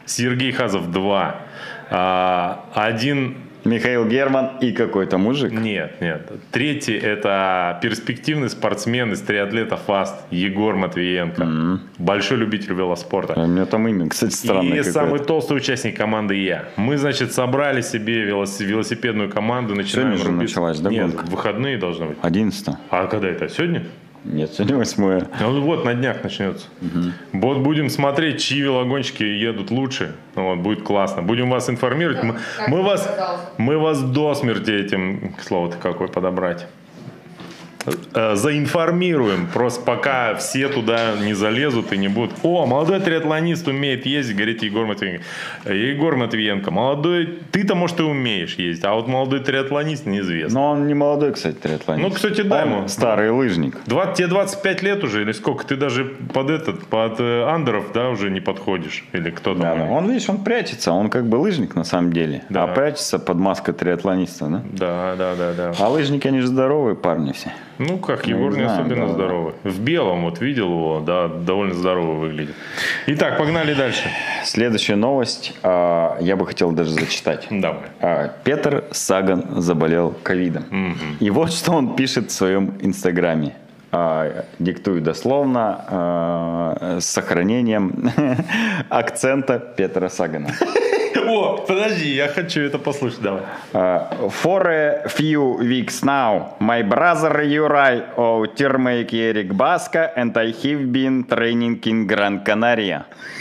Сергей Хазов 2. Один... Михаил Герман и какой-то мужик. Нет. Третий – это перспективный спортсмен из триатлета ФАСТ Егор Матвиенко. Большой любитель велоспорта. У меня там имя, кстати, странное. И самый толстый участник команды я. Мы, значит, собрали себе велосипедную команду. Начинаем Сегодня же началась, да, Нет, гонка? выходные должны быть. 11. А когда это? Сегодня? Нет, сегодня 8. Ну вот, на днях начнется. Вот будем смотреть, чьи велогонщики едут лучше. Вот, будет классно. Будем вас информировать. Мы вас до смерти этим, слово-то какое подобрать, заинформируем. Просто пока все туда не залезут и не будут. О, молодой триатлонист умеет ездить, говорит Егор Матвиенко. Егор Матвиенко, молодой, ты-то, может, и умеешь ездить, а вот молодой триатлонист неизвестно. Но он не молодой, кстати, триатлонист. Ну, кстати, дай ему. Старый лыжник. Тебе 25 лет уже, или сколько? Ты даже под андеров, да, уже не подходишь. Или кто там? Да. Он, видишь, он прячется. Он как бы лыжник на самом деле. Да. А прячется под маской триатлониста, да? Да. А лыжники, они же здоровые парни все. Ну, как, Егор не знаю, особенно да. здоровый. В белом, вот видел его, да, довольно здорово выглядит. Итак, погнали дальше. Следующая новость, я бы хотел даже зачитать. Давай. Петр Саган заболел ковидом. И вот что он пишет в своем инстаграме. Диктую дословно, с сохранением акцента Петра Сагана. О, подожди, я хочу это послушать, давай. For a few weeks now, my brother Юрай teammate Eric Baska and I have been training in Gran Canaria.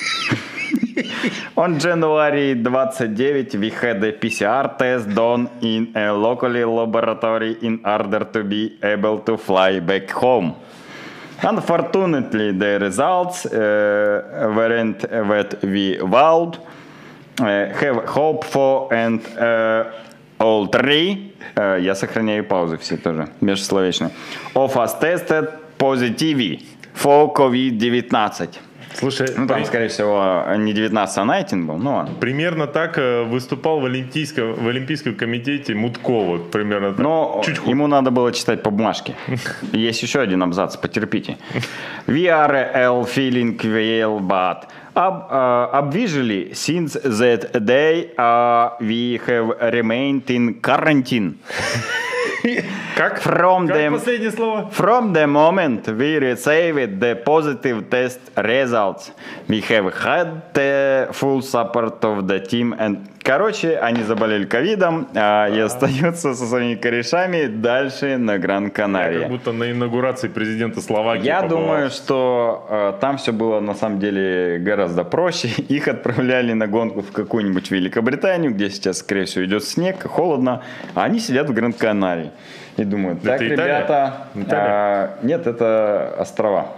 On January 29, we had a PCR test done in a local laboratory in order to be able to fly back home. Unfortunately, the results weren't what we would have hoped for, and all three, я сохраняю паузы все тоже, межсловечные, of us tested positive for COVID-19. Слушай, Ну, там, скорее всего, не 19, а 19 был. Ну, ладно. примерно так выступал в Олимпийском комитете Мутко, вот примерно так. Но Чуть хуже. ему надо было читать по бумажке. Есть еще один абзац, потерпите. We are all feeling well, but obviously, since that day, we have remained in quarantine. Как? From Как the, последнее слово? from the moment we received the positive test results, we have had the full support of the team. And, короче, они заболели ковидом и остаются со своими корешами дальше на Гран-Канария. Как будто на инаугурации президента Словакии Я побывал. думаю, что там все было на самом деле гораздо проще. Их отправляли на гонку в какую-нибудь Великобританию, где сейчас, скорее всего, идет снег, холодно, а они сидят в Гран-Канарии и думают, так, Это ребята, Италия? нет, это острова.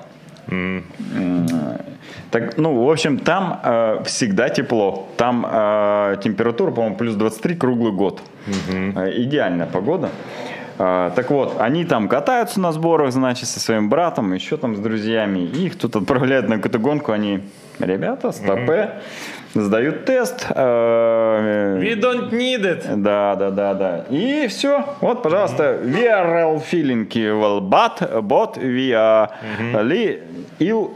Так, ну, в общем, там всегда тепло. Там температура, по-моему, плюс 23 круглый год. Идеальная погода. Так вот, они там катаются на сборах, значит, со своим братом, еще там с друзьями. И их тут отправляют на какую-то гонку. Они, ребята, стопе, сдают тест. We don't need it. Да. И все. Вот, пожалуйста. We are all feeling well, but we are ill.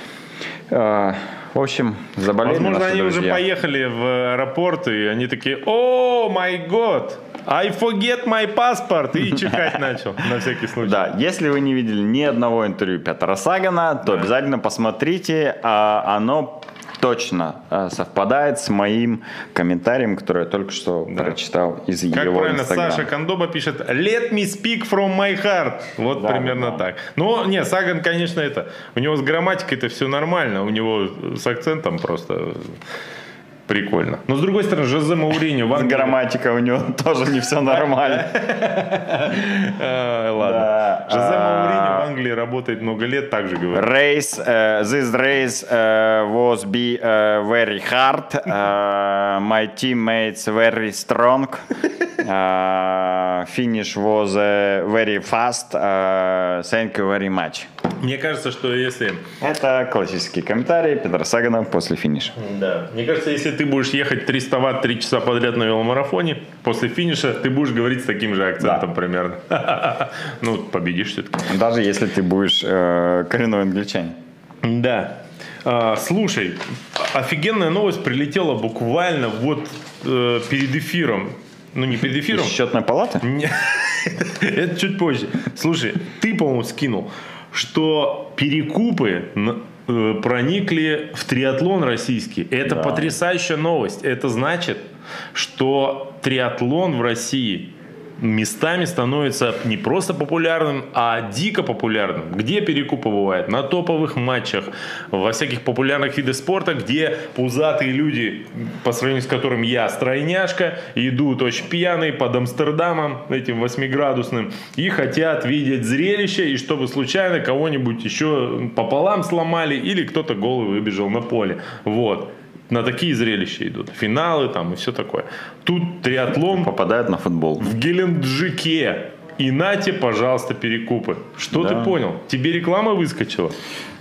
В общем, заболели Возможно, наши они друзья. уже поехали в аэропорт, и они такие, о, май год, I forget my passport, и чихать начал, на всякий случай. Да, если вы не видели ни одного интервью Петра Сагана, то обязательно посмотрите, оно точно совпадает с моим комментарием, который я только что прочитал из Как его правильно инстаграма. Саша Кондоба пишет, let me speak from my heart. Вот Да, примерно да. так. Но, не, Саган, конечно, у него с грамматикой-то все нормально, у него с акцентом просто прикольно. Но, с другой стороны, Жозе Мауриньо в С Англии... грамматикой у него тоже не все нормально. Ладно. Жозе Да. Мауриньо в Англии работает много лет, так же говорит. This race was very hard. My teammates very strong. Finish was very fast. Thank you very much. Мне кажется, что если... Это классический комментарий Петра Сагана после финиша. Да. Мне кажется, если ты будешь ехать 300 ватт 3 часа подряд на веломарафоне, после финиша ты будешь говорить с таким же акцентом примерно. Ну, победишь все-таки. Даже если ты будешь коренной англичанин. Да. Слушай, офигенная новость прилетела буквально вот перед эфиром. Ну, не перед эфиром. Из счетной палаты? Это чуть позже. Слушай, ты, по-моему, скинул, что перекупы проникли в триатлон российский. Это потрясающая новость. Это значит, что триатлон в России местами становится не просто популярным, а дико популярным. Где перекупы бывают? На топовых матчах, во всяких популярных видах спорта, где пузатые люди, по сравнению с которым я стройняшка, идут очень пьяные под Амстердамом, этим 8-градусным, и хотят видеть зрелище, и чтобы случайно кого-нибудь еще пополам сломали, или кто-то голый выбежал на поле. Вот. На такие зрелища идут. Финалы там и все такое. Тут триатлон попадает на футбол. В Геленджике. И нате, пожалуйста, перекупы. Что ты понял? Тебе реклама выскочила?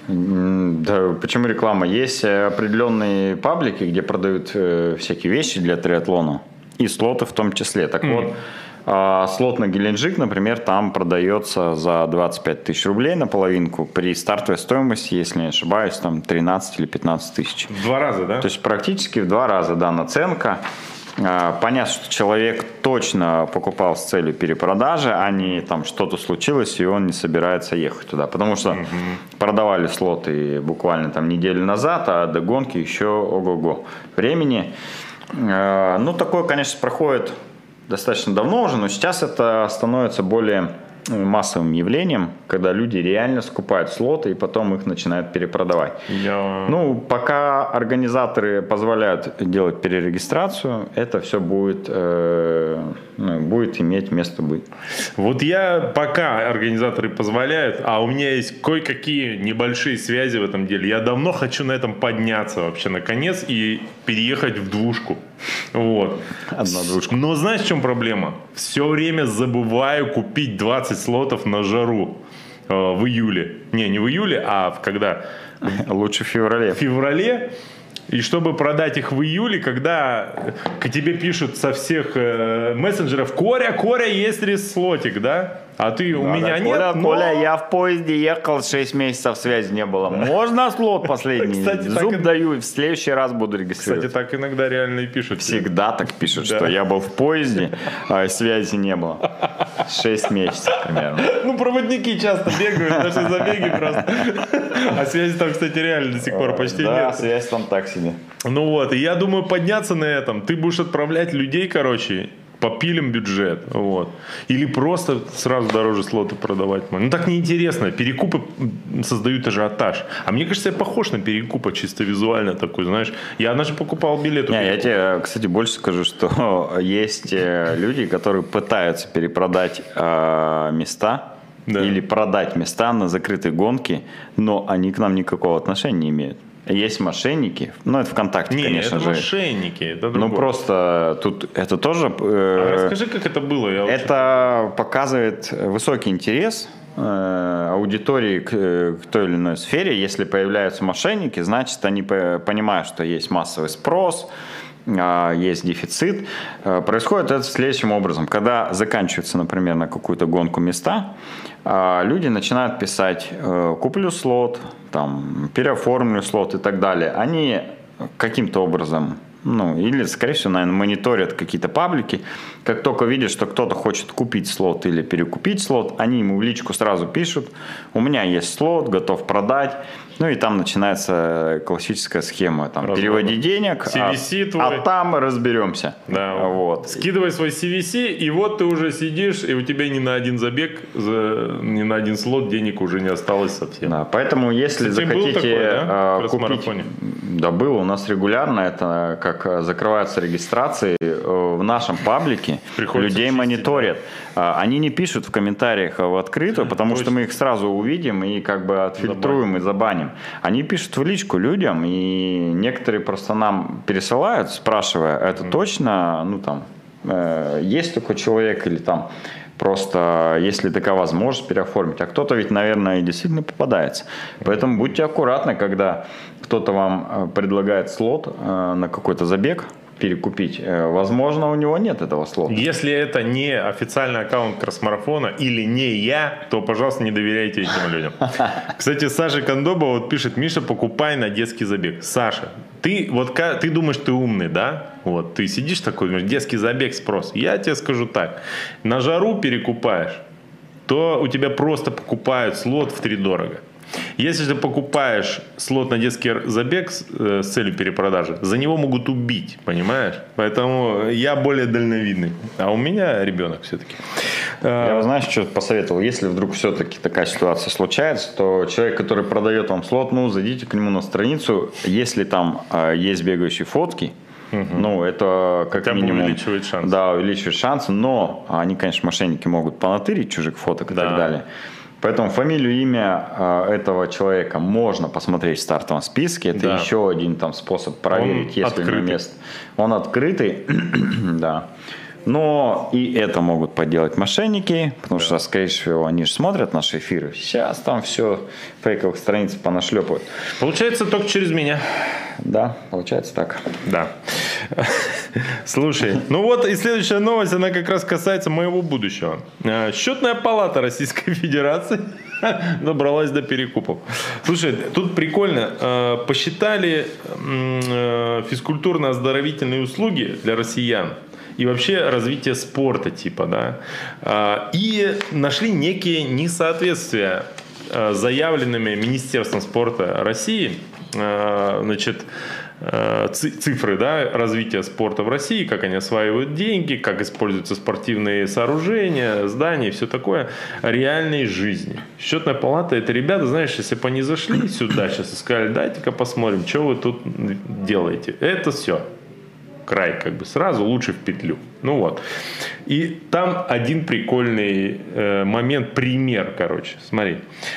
Да, почему реклама? Есть определенные паблики, где продают всякие вещи для триатлона. И слоты в том числе. Так вот, слот на Геленджик, например, там продается за 25 тысяч рублей на половинку. При стартовой стоимости, если не ошибаюсь, там 13 или 15 тысяч. В 2 раза, да? То есть практически в 2 раза, да, наценка. Понятно, что человек точно покупал с целью перепродажи, а не там что-то случилось, и он не собирается ехать туда. Потому что продавали слоты буквально там неделю назад, а до гонки еще ого-го времени. Ну, такое, конечно, проходит достаточно давно уже, но сейчас это становится более массовым явлением, когда люди реально скупают слоты и потом их начинают перепродавать. Ну, пока организаторы позволяют делать перерегистрацию, это все будет, будет иметь место быть. Вот я, пока организаторы позволяют, а у меня есть кое-какие небольшие связи в этом деле, я давно хочу на этом подняться вообще наконец и переехать в двушку. Вот. Одна двушка. Но знаешь, в чем проблема? Все время забываю купить 20 слотов на жару в июле. Не в июле, а когда? Лучше в феврале. В феврале. И чтобы продать их в июле, когда к тебе пишут со всех мессенджеров: Коря, есть слотик, да? А ты, у меня нет. Коля, я в поезде ехал, 6 месяцев связи не было. Можно слот последний? Кстати, Зуб даю, и в следующий раз буду регистрировать. Кстати, так иногда реально и пишут. Всегда так пишут, что я был в поезде, а связи не было. 6 месяцев примерно. Ну, проводники часто бегают, наши забеги просто. А связи там, кстати, реально до сих пор почти нет. Да, связь там так себе. Ну вот, и я думаю подняться на этом. Ты будешь отправлять людей, короче, попилим бюджет, вот. Или просто сразу дороже слоты продавать. Ну так неинтересно. Перекупы создают ажиотаж. А мне кажется, я похож на перекупа чисто визуально такой, знаешь. Я однажды покупал билет. Я тебе, кстати, больше скажу, что есть люди, которые пытаются перепродать места. Да. Или продать места на закрытой гонке, но они к нам никакого отношения не имеют. Есть мошенники, ну это ВКонтакте, конечно это же. Мошенники, это другое. Ну просто тут это тоже. Расскажи, как это было. Это показывает высокий интерес аудитории к той или иной сфере. Если появляются мошенники, значит они понимают, что есть массовый спрос, есть дефицит. Происходит это следующим образом. Когда заканчивается, например, на какую-то гонку места, люди начинают писать: куплю слот, там, переоформлю слот и так далее. Они каким-то образом, ну, или, скорее всего, наверное, мониторят какие-то паблики. Как только видят, что кто-то хочет купить слот или перекупить слот, они ему в личку сразу пишут: у меня есть слот, готов продать. Ну и там начинается классическая схема. Там, переводи денег, а там разберемся. Да, вот. Скидывай свой CVC, и вот ты уже сидишь, и у тебя ни на один забег, ни на один слот денег уже не осталось совсем. Да, поэтому если захотите купить... Да, было у нас регулярно. Это как закрываются регистрации. В нашем паблике людей мониторят. Они не пишут в комментариях в открытую, потому что мы их сразу увидим и как бы отфильтруем и забаним. Они пишут в личку людям, и некоторые просто нам пересылают, спрашивая: это точно, ну там, есть такой человек, или там просто, если такая возможность, переоформить. А кто-то ведь, наверное, и действительно попадается. Поэтому будьте аккуратны, когда кто-то вам предлагает слот на какой-то забег. перекупить. Возможно, у него нет этого слота. Если это не официальный аккаунт кросс-марафона или не я, то, пожалуйста, не доверяйте этим людям. Кстати, Саша Кондоба вот пишет: Миша, покупай на детский забег. Саша, ты думаешь, ты умный, да? Вот, ты сидишь такой, думаешь, детский забег спрос. Я тебе скажу так, на жару перекупаешь, то у тебя просто покупают слот втридорого. Если ты покупаешь слот на детский забег с целью перепродажи, за него могут убить, понимаешь? Поэтому я более дальновидный. А у меня ребенок все-таки. Я, знаешь, что посоветовал? Если вдруг все-таки такая ситуация случается, то человек, который продает вам слот, зайдите к нему на страницу. Если там есть бегающие фотки, это как хотя минимум увеличивает шансы. Да, увеличивает шансы, но они, конечно, мошенники могут понатырить чужих фоток и так далее. Поэтому фамилию, имя этого человека можно посмотреть в стартовом списке. Это еще один способ проверить, если на место. Он открытый, да. Но и это могут подделать мошенники, потому что, скорее всего, они же смотрят наши эфиры. Сейчас там все фейковых страниц понашлепают. Получается, только через меня. Да, получается так. Да. Слушай, и следующая новость, она как раз касается моего будущего. Счетная палата Российской Федерации добралась до перекупов. Слушай, тут прикольно. Посчитали физкультурно-оздоровительные услуги для россиян и вообще развитие спорта и нашли некие несоответствия с заявленными Министерством спорта России, цифры развития спорта в России, как они осваивают деньги, как используются спортивные сооружения, здания и все такое реальной жизни. Счетная палата — это ребята, знаешь, если бы они зашли сюда сейчас и сказали: дайте-ка посмотрим, что вы тут делаете. Это все. Край, сразу лучше в петлю. И там один прикольный момент, пример, смотри.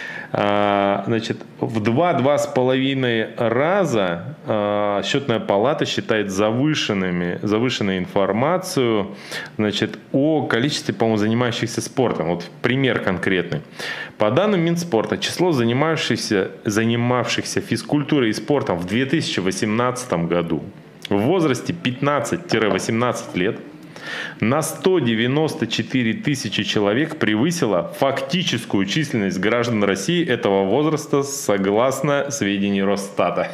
В 2-2,5 раза счетная палата считает завышенной информацию о количестве, по-моему, занимающихся спортом. Вот пример конкретный. По данным Минспорта, число занимавшихся физкультурой и спортом в 2018 году в возрасте 15-18 лет на 194 тысячи человек превысила фактическую численность граждан России этого возраста согласно сведениям Росстата.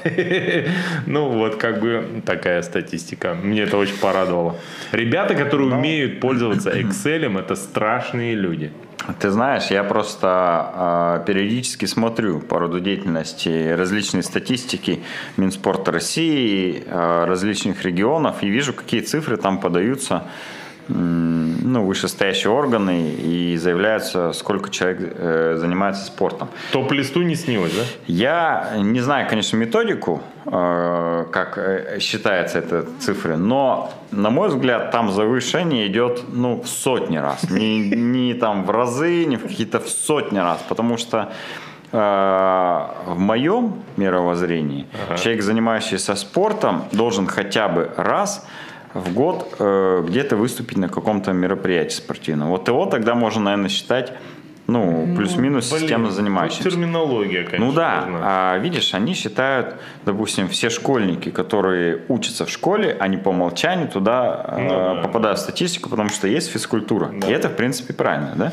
Такая статистика. Мне это очень порадовало. Ребята, которые умеют пользоваться Excel, это страшные люди. Ты знаешь, я просто периодически смотрю по роду деятельности различные статистики Минспорта России, различных регионов, и вижу, какие цифры там подаются вышестоящие органы и заявляются, сколько человек занимается спортом. Топ-листу не снилось, да? Я не знаю, конечно, методику, как считается эта цифра, но, на мой взгляд, там завышение идет в сотни раз. Не там в разы, не в какие-то в сотни раз, потому что в моем мировоззрении человек, занимающийся спортом, должен хотя бы раз в год где-то выступить на каком-то мероприятии спортивном. Вот его тогда можно, наверное, считать плюс-минус системно занимающимся. Терминология, конечно. Видишь, они считают, допустим, все школьники, которые учатся в школе, они по умолчанию туда попадают в статистику, потому что есть физкультура. Да. И это, в принципе, правильно, да?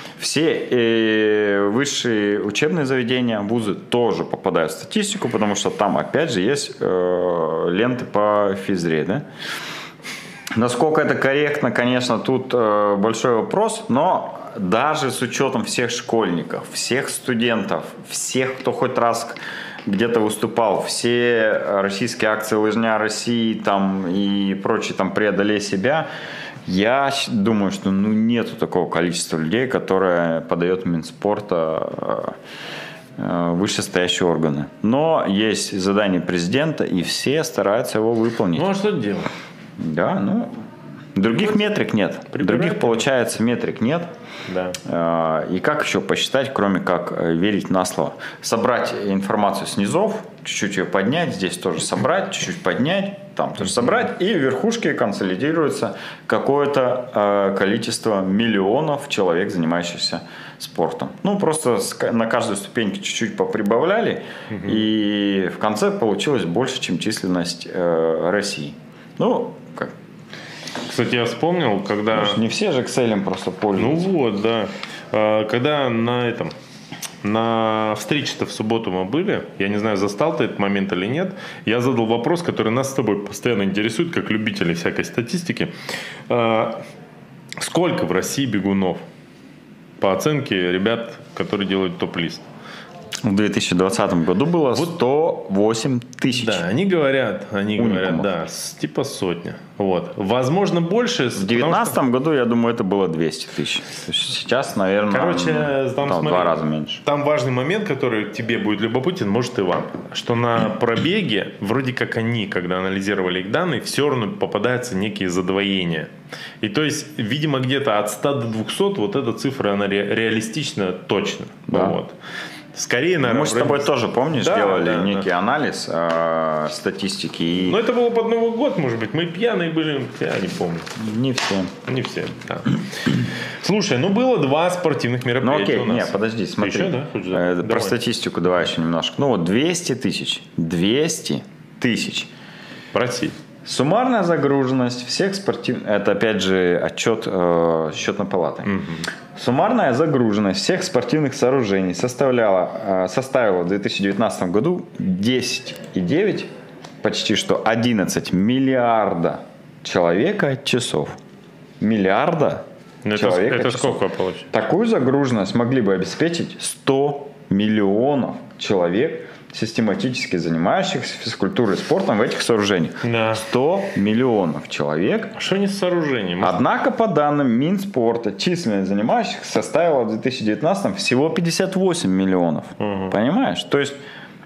Все высшие учебные заведения, вузы тоже попадают в статистику, потому что там, опять же, есть ленты по физре, да? Насколько это корректно, конечно, тут большой вопрос, но даже с учетом всех школьников, всех студентов, всех, кто хоть раз где-то выступал, все российские акции «Лыжня России» и прочие «Преодолей себя», я думаю, что нету такого количества людей, которое подает Минспорта вышестоящие органы. Но есть задание президента, и все стараются его выполнить. А что делать? Да, других метрик нет. Других, получается, метрик нет. Да. И как еще посчитать, кроме как верить на слово? Собрать информацию с низов, чуть-чуть ее поднять, здесь тоже собрать, чуть-чуть поднять, там тоже собрать, и в верхушке консолидируется какое-то количество миллионов человек, занимающихся спортом. Просто на каждой ступеньке чуть-чуть поприбавляли, и в конце получилось больше, чем численность России. Кстати, я вспомнил, когда... Потому что не все же Excel просто пользуются. Ну вот, да. Когда на встрече-то в субботу мы были, я не знаю, застал ты этот момент или нет, я задал вопрос, который нас с тобой постоянно интересует, как любителей всякой статистики. Сколько в России бегунов? По оценке ребят, которые делают топ-лист. В 2020 году было 108 тысяч. Да, они говорят, да, типа сотня. Вот. Возможно, больше. В 2019 году, я думаю, это было 200 тысяч. То есть сейчас, наверное, там в 2 раза меньше. Там важный момент, который тебе будет любопытен, может и вам. Что на пробеге, вроде как они, когда анализировали их данные, все равно попадаются некие задвоения. И то есть, видимо, где-то от 100 до 200 вот эта цифра, она реалистична точно. Да. Вот. Скорее, наверное, мы с тобой тоже, помнишь, делали некий анализ статистики. Но это было под Новый год, может быть. Мы пьяные были, я не помню. Не все. Не все, да. Слушай, было 2 спортивных мероприятия у нас. Нет, подожди, смотри. Еще, да? Про статистику давай еще немножко. 200 тысяч. 200 тысяч. В России. Суммарная загруженность всех спортивных... Это, опять же, отчет счетной палаты. Угу. Суммарная загруженность всех спортивных сооружений составила в 2019 году 10,9, почти что 11 миллиарда человека часов. Миллиарда человека это часов. Сколько получается? Такую загруженность могли бы обеспечить 100 миллионов человек, систематически занимающихся физкультурой и спортом в этих сооружениях. Да. 100 миллионов человек. А что не с сооружением? Однако, по данным Минспорта, численность занимающихся составила в 2019 всего 58 миллионов. Угу. Понимаешь? То есть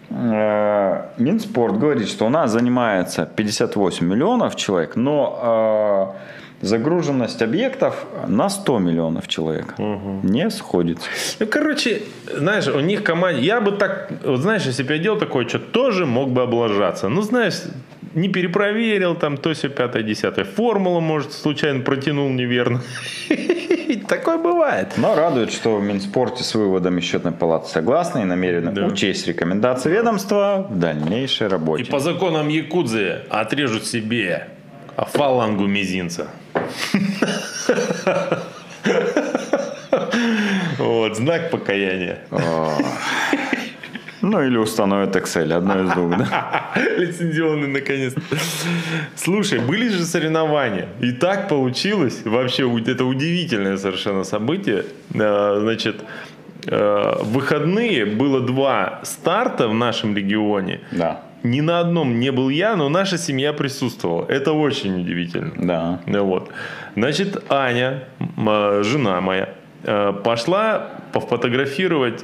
Минспорт говорит, что у нас занимается 58 миллионов человек, но загруженность объектов на 100 миллионов человек не сходится. Знаешь, у них команда... Я бы так... Вот знаешь, если бы я делал такое, что тоже мог бы облажаться. Знаешь, не перепроверил, там, то все 5-10. Формулу, может, случайно протянул неверно. Такое бывает. Но радует, что в Минспорте с выводами счетной палаты согласны и намерены учесть рекомендации ведомства в дальнейшей работе. И по законам якудзы отрежут себе фалангу мизинца. Вот, знак покаяния. Или установят Excel, одно из двух, да? Лицензионный, наконец-то. Слушай, были же соревнования. И так получилось. Вообще, это удивительное совершенно событие. Значит, в выходные было 2 старта в нашем регионе. Да. Ни на одном не был я, но наша семья присутствовала. Это очень удивительно. Да. Вот. Значит, Аня, жена моя, пошла пофотографировать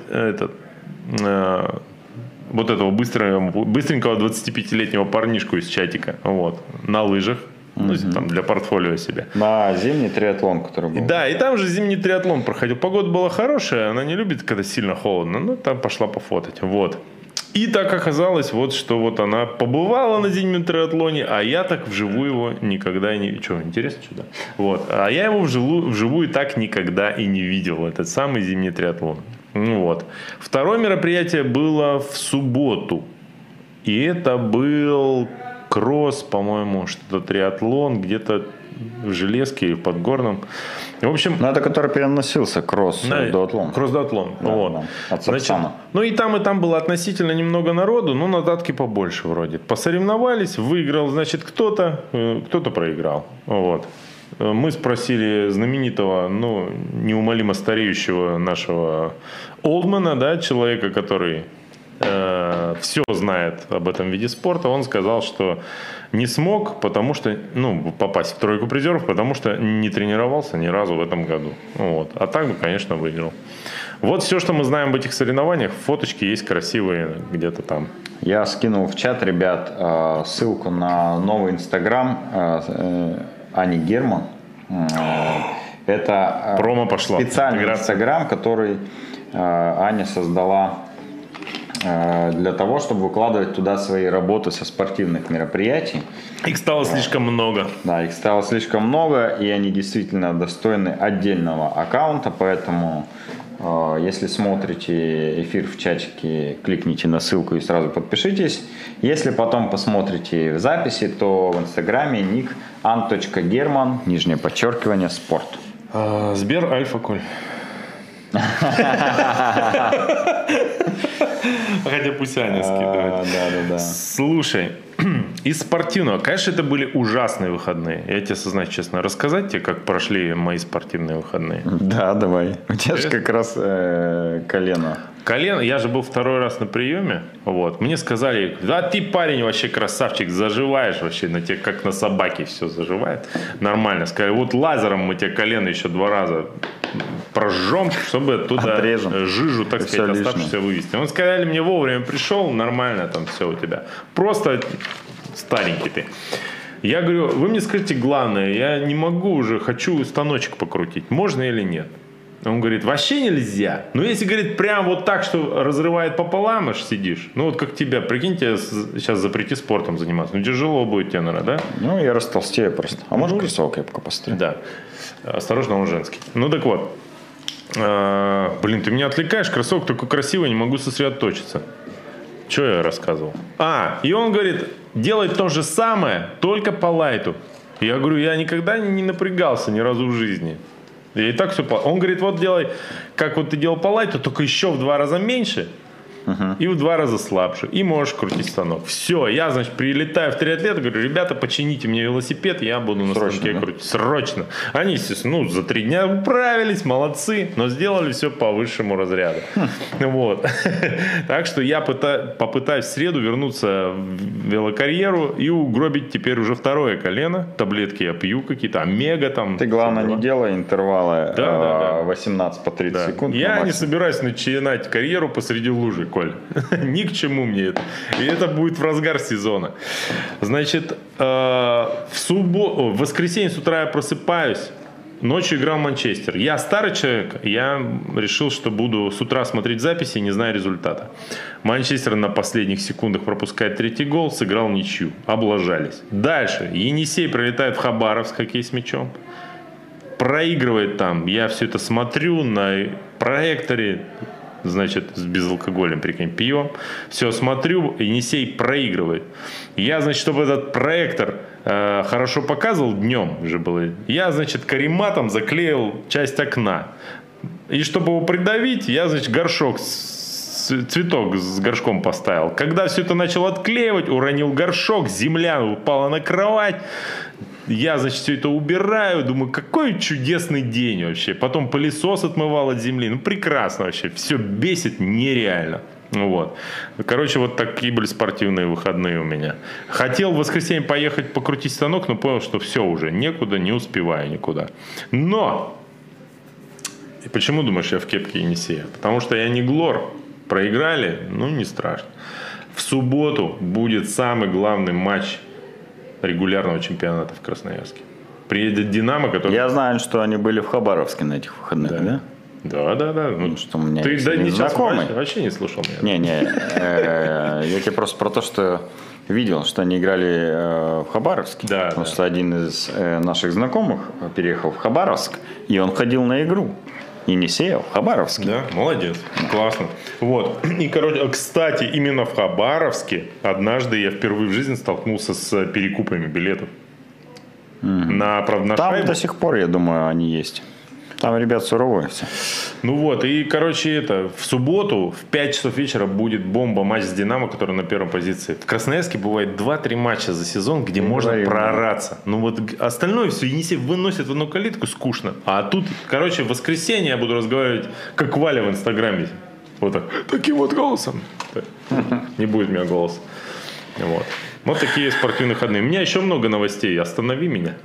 вот этого быстренького 25-летнего парнишку из чатика. Вот, на лыжах. Там для портфолио себе. На зимний триатлон, который был. Да, и там же зимний триатлон проходил. Погода была хорошая, она не любит, когда сильно холодно. Там пошла пофотать. Вот. И так оказалось, что она побывала на зимнем триатлоне, а я так вживую его никогда не... Что, интересно, что да? Вот. А я его вживую так никогда и не видел, этот самый зимний триатлон. Вот. Второе мероприятие было в субботу. И это был кросс, по-моему, что-то триатлон, где-то в Железке или в Подгорном. В общем... это который переносился, кросс-дуатлон. Кросс-дуатлон. Да, вот. Да, от Сапсана. И там было относительно немного народу, но на датке побольше вроде. Посоревновались, выиграл, значит, кто-то проиграл. Вот. Мы спросили знаменитого, неумолимо стареющего нашего олдмана, да, человека, который все знает об этом виде спорта. Он сказал, что не смог, потому что, попасть в тройку призеров, потому что не тренировался ни разу в этом году. Вот. А так бы, конечно, выиграл. Вот все, что мы знаем об этих соревнованиях. Фоточки есть красивые где-то там. Я скинул в чат, ребят, ссылку на новый Инстаграм Ани Герман. Это промо пошло. Специальный Инстаграм, который Аня создала для того, чтобы выкладывать туда свои работы со спортивных мероприятий. Их стало слишком много. Да, их стало слишком много, и они действительно достойны отдельного аккаунта, поэтому Если смотрите эфир в чатике, кликните на ссылку и сразу подпишитесь. Если потом посмотрите в записи, то в инстаграме ник ан.герман, _ спорт. Сбер Альфа Коль. Хотя пусть Аня скидывает. Да. Слушай, из спортивного, конечно, это были ужасные выходные. Я тебе сознаюсь честно. Рассказать тебе, как прошли мои спортивные выходные? Да, давай. У тебя же как раз колено. Колено, я же был второй раз на приеме, вот, мне сказали, да ты, парень, вообще красавчик, заживаешь вообще, на тебе как на собаке все заживает, нормально, сказали, вот лазером мы тебе колено еще 2 раза прожжем, чтобы оттуда отрежем. Жижу, так сказать, оставшуюся вывести. Он сказали, мне вовремя пришел, нормально там все у тебя, просто старенький ты. Я говорю, вы мне скажите главное, я не могу уже, хочу станочек покрутить, можно или нет? Он говорит, вообще нельзя. Но если, говорит, прям вот так, что разрывает пополам, аж сидишь. Ну вот как тебя, прикиньте, сейчас запрети спортом заниматься. Ну тяжело будет тебе, наверное, да? Ну я растолстею просто. А может кроссовок я пока посмотрю? Да. Осторожно, он женский. Ну так вот. Блин, ты меня отвлекаешь, кроссовок такой красивый, не могу сосредоточиться. Что я рассказывал? И он говорит, делай то же самое, только по лайту. Я говорю, я никогда не напрягался ни разу в жизни. И так все. Он говорит, вот делай, как вот ты делал по лайту, только еще в 2 раза меньше и в 2 раза слабше. И можешь крутить станок. Все, я, значит, прилетаю в триатлет, говорю, ребята, почините мне велосипед, я буду на станке крутить. Срочно. Они, естественно, за 3 дня управились, молодцы, но сделали все по высшему разряду. Вот. Так что я попытаюсь в среду вернуться в велокарьеру и угробить теперь уже 2-е колено. Таблетки я пью какие-то, омега там. Ты, главное, не делай интервалы 18 по 30 секунд. Я не собираюсь начинать карьеру посреди лужи, Коль. Ни к чему мне это. И это будет в разгар сезона. Значит, в воскресенье с утра я просыпаюсь. Ночью играл Манчестер. Я старый человек, я решил, что буду с утра смотреть записи, не зная результата. Манчестер на последних секундах пропускает 3-й гол, сыграл ничью. Облажались. Дальше. Енисей прилетает в Хабаровск, хоккей с мячом. Проигрывает там. Я все это смотрю на проекторе. Значит, с безалкоголем, прикинь, пьем. Все, смотрю, Енисей проигрывает. Я, значит, чтобы этот проектор хорошо показывал, днем же было, я, значит, карематом заклеил часть окна. И чтобы его придавить, я, значит, цветок с горшком поставил. Когда все это начал отклеивать, уронил горшок, земля упала на кровать. Я, значит, все это убираю, думаю, какой чудесный день вообще. Потом пылесос отмывал от земли. Ну, прекрасно вообще. Все бесит нереально. Вот. Короче, вот такие были спортивные выходные у меня. Хотел в воскресенье поехать покрутить станок, но понял, что все уже, некуда, не успеваю никуда. Но! И почему думаешь, я в кепке Енисея? Потому что я не Глор. Проиграли, ну, не страшно. В субботу будет самый главный матч регулярного чемпионата в Красноярске. Приедет «Динамо», который... Я знаю, что они были в Хабаровске на этих выходных, да? Да. Ну, что у меня ты есть знакомый. Вообще не слушал меня. Не, я тебе просто про то, что видел, что они играли в Хабаровске. Да, потому что один из наших знакомых переехал в Хабаровск, и он ходил на игру. Енисея в Хабаровске. Да, молодец, классно. Вот. И, короче, кстати, именно в Хабаровске однажды я впервые в жизни столкнулся с перекупами билетов. Правда, на там шайбу. до сих пор, я думаю, они есть. Там ребят суровые все. Ну вот, и, короче, в субботу в 5 часов вечера будет бомба-матч с «Динамо», который на 1-й позиции. В Красноярске бывает 2-3 матча за сезон, где можно проораться. Ну вот остальное все Енисей выносит в одну калитку, скучно. А тут, короче, в воскресенье я буду разговаривать, как Валя в Инстаграме. Вот так. Таким вот голосом. Не будет у меня голоса. Вот такие спортивные выходные. У меня еще много новостей. Останови меня.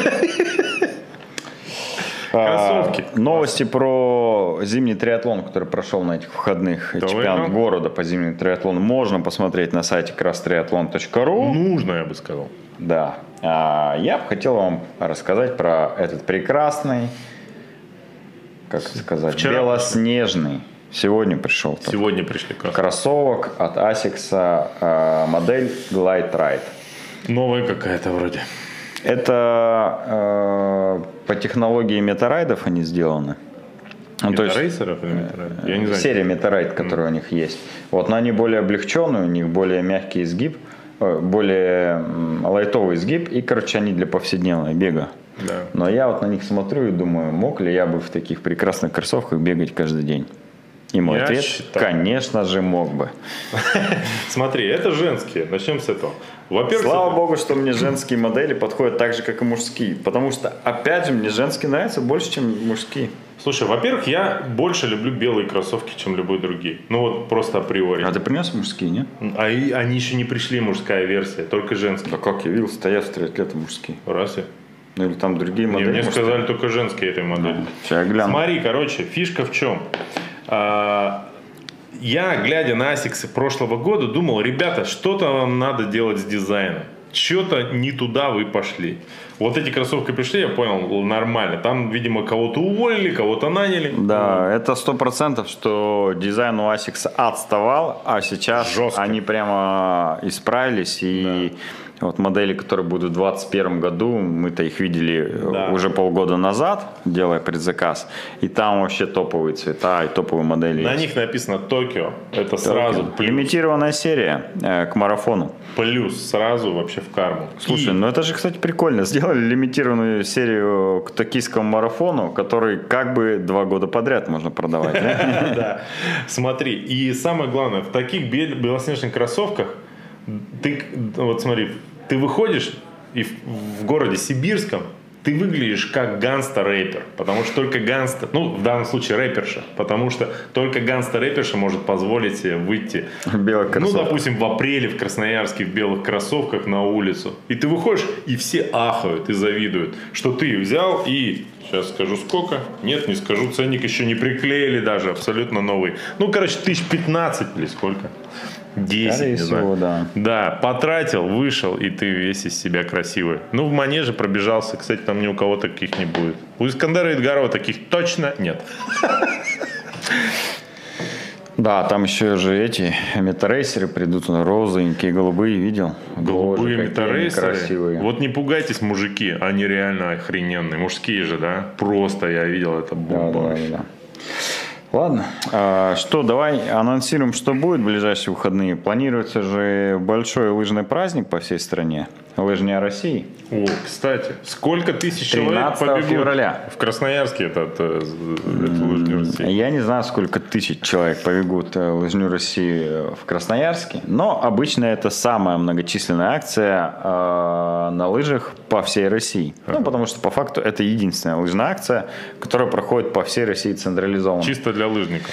Кроссовки. Новости про зимний триатлон, который прошел на этих выходных. Чемпионат города по зимнему триатлону можно посмотреть на сайте crosstriathlon.ru. Нужно, я бы сказал. Да. Я бы хотел вам рассказать про этот прекрасный, как сказать, белоснежный. Сегодня пришел. Сегодня пришли кроссовок от Asics, модель Glide Ride. Новая какая-то вроде. Это по технологии метарайдов они сделаны. Ну, то есть, Метарейсеров или Метарайдеров? Я не знаю. серия Метарайд, которая у них есть. Вот, но они более облегченные, у них более мягкий изгиб, более лайтовый изгиб, и, короче, они для повседневного бега. Да. Но я вот на них смотрю и думаю, мог ли я бы в таких прекрасных кроссовках бегать каждый день? И мой Я ответ, считаю. конечно же, мог бы. Смотри, это женские. Начнем с этого. Во-первых, Слава богу, что мне женские модели подходят так же, как и мужские. Потому что, опять же, мне женские нравятся больше, чем мужские. слушай, во-первых, я больше люблю белые кроссовки, чем любой другие. Ну вот просто априори. А ты принес мужские, нет? Они еще не пришли, мужская версия, только женские. Да как, я видел, стоят в триатлеты мужские. Разве? Ну или там другие Не, модели. мне мужские. сказали только женские этой модели. Сейчас я гляну. Смотри, короче, фишка в чем? Я, глядя на Asics прошлого года, думал, ребята, что-то вам надо делать с дизайном. Что-то не туда вы пошли. Вот эти кроссовки пришли, я понял, нормально. Там, видимо, кого-то уволили, кого-то наняли. Да, это 100%, что дизайн у Asics отставал, а сейчас Жестко. они прямо исправились. И вот модели, которые будут в 2021 году, мы-то их видели уже полгода назад, делая предзаказ. И там вообще топовые цвета и топовые модели На есть. них написано Токио. Это сразу плюс. Лимитированная серия к марафону. Плюс сразу вообще в карму. Слушай, ну это же, кстати, прикольно. Сделали лимитированную серию к токийскому марафону, который как бы 2 года подряд можно продавать. да? Да. Смотри, и самое главное, в таких белоснежных кроссовках ты, вот смотри, ты выходишь и в городе Сибирском ты выглядишь как гангстер-рэпер, потому что только гангстер, ну в данном случае рэперша, потому что только гангстер-рэперша может позволить себе выйти, В белых ну кроссовках. допустим в апреле в Красноярске в белых кроссовках на улицу, и ты выходишь и все ахают и завидуют, что ты взял и сейчас скажу сколько, нет, не скажу, ценник еще не приклеили даже, абсолютно новый, ну короче 1015 или сколько. 10, Скорее не знаю. всего, да. Да, потратил, вышел, и ты весь из себя красивый. Ну, в манеже пробежался. Кстати, там ни у кого таких не будет. У Искандера Эдгарова таких точно нет. Да, там еще же эти метарейсеры придут, розовенькие, голубые, видел? Голубые Боже, какие они метарейсеры. красивые. Вот не пугайтесь, мужики, они реально охрененные. Мужские же, да? Просто я видел, это бомба. Да. Ладно, что, давай анонсируем, что будет в ближайшие выходные. Планируется же большой лыжный праздник по всей стране. Лыжня России. О, кстати, сколько тысяч человек 13 побегут февраля. в Красноярске эту лыжню России? Я не знаю, сколько тысяч человек побегут лыжню России в Красноярске, но обычно это самая многочисленная акция на лыжах по всей России. Ну, потому что по факту это единственная лыжная акция, которая проходит по всей России централизованно. Чисто для лыжников.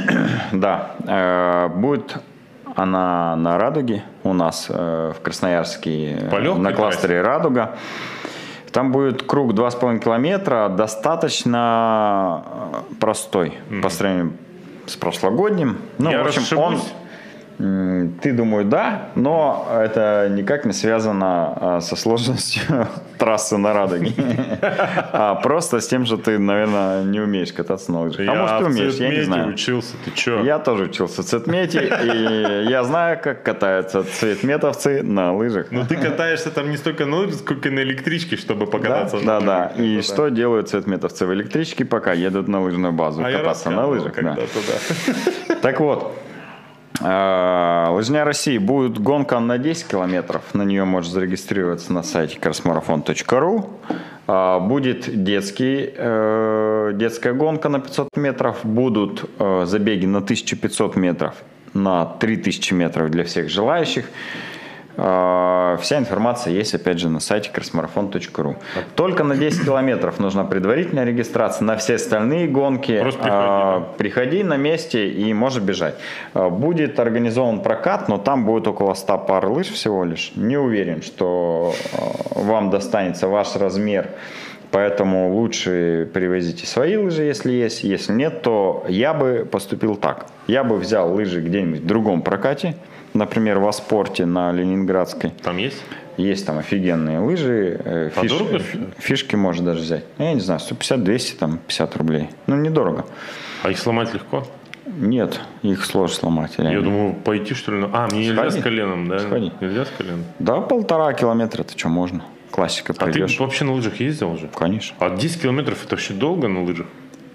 Да, будет она на Радуге у нас в Красноярске, По легкой на кластере Радуга. Там будет круг 2,5 километра, достаточно простой по сравнению с прошлогодним. Ну, Я в общем, расшибусь. ты, думаю, да, но это никак не связано со сложностью трассы на Радуге. А просто с тем, что ты, наверное, не умеешь кататься на лыжах. А может, ты умеешь, я не знаю. учился, ты чё? Я тоже учился в цветмете, и я знаю, как катаются цветметовцы на лыжах. Ну ты катаешься там не столько на лыжах, сколько на электричке, чтобы покататься на лыжах. Да. И Да. что делают цветметовцы в электричке, пока едут на лыжную базу А я кататься на рассказывал лыжах? Да. когда-то, да. Так вот, лыжня России будет гонка на 10 километров. На нее можно зарегистрироваться на сайте crossmarathon.ru. Будет детская гонка на 500 метров. Будут забеги на 1500 метров, на 3000 метров для всех желающих. Вся информация есть, опять же, на сайте crossmarathon.ru. Только на 10 километров нужна предварительная регистрация. На все остальные гонки Просто приходи на месте и можешь бежать. Будет организован прокат, но там будет около 100 пар лыж всего лишь. Не уверен, что вам достанется ваш размер. Поэтому лучше привозите свои лыжи, если есть. Если нет, то я бы поступил так. Я бы взял лыжи где-нибудь в другом прокате. Например, в Аспорте на Ленинградской. Там есть? Есть там офигенные лыжи. Дорого? Фишки можно даже взять. Я не знаю, 150-200, там 50 рублей. Ну, недорого. А их сломать легко? Нет, их сложно сломать. Я реально. думаю, пойти что ли? Мне нельзя с коленом, да? Сходи. Нельзя с коленом? Да, 1,5 километра, это что, можно. Классика А ты пройдешь. вообще на лыжах ездил уже? Конечно. А 10 километров это вообще долго на лыжах?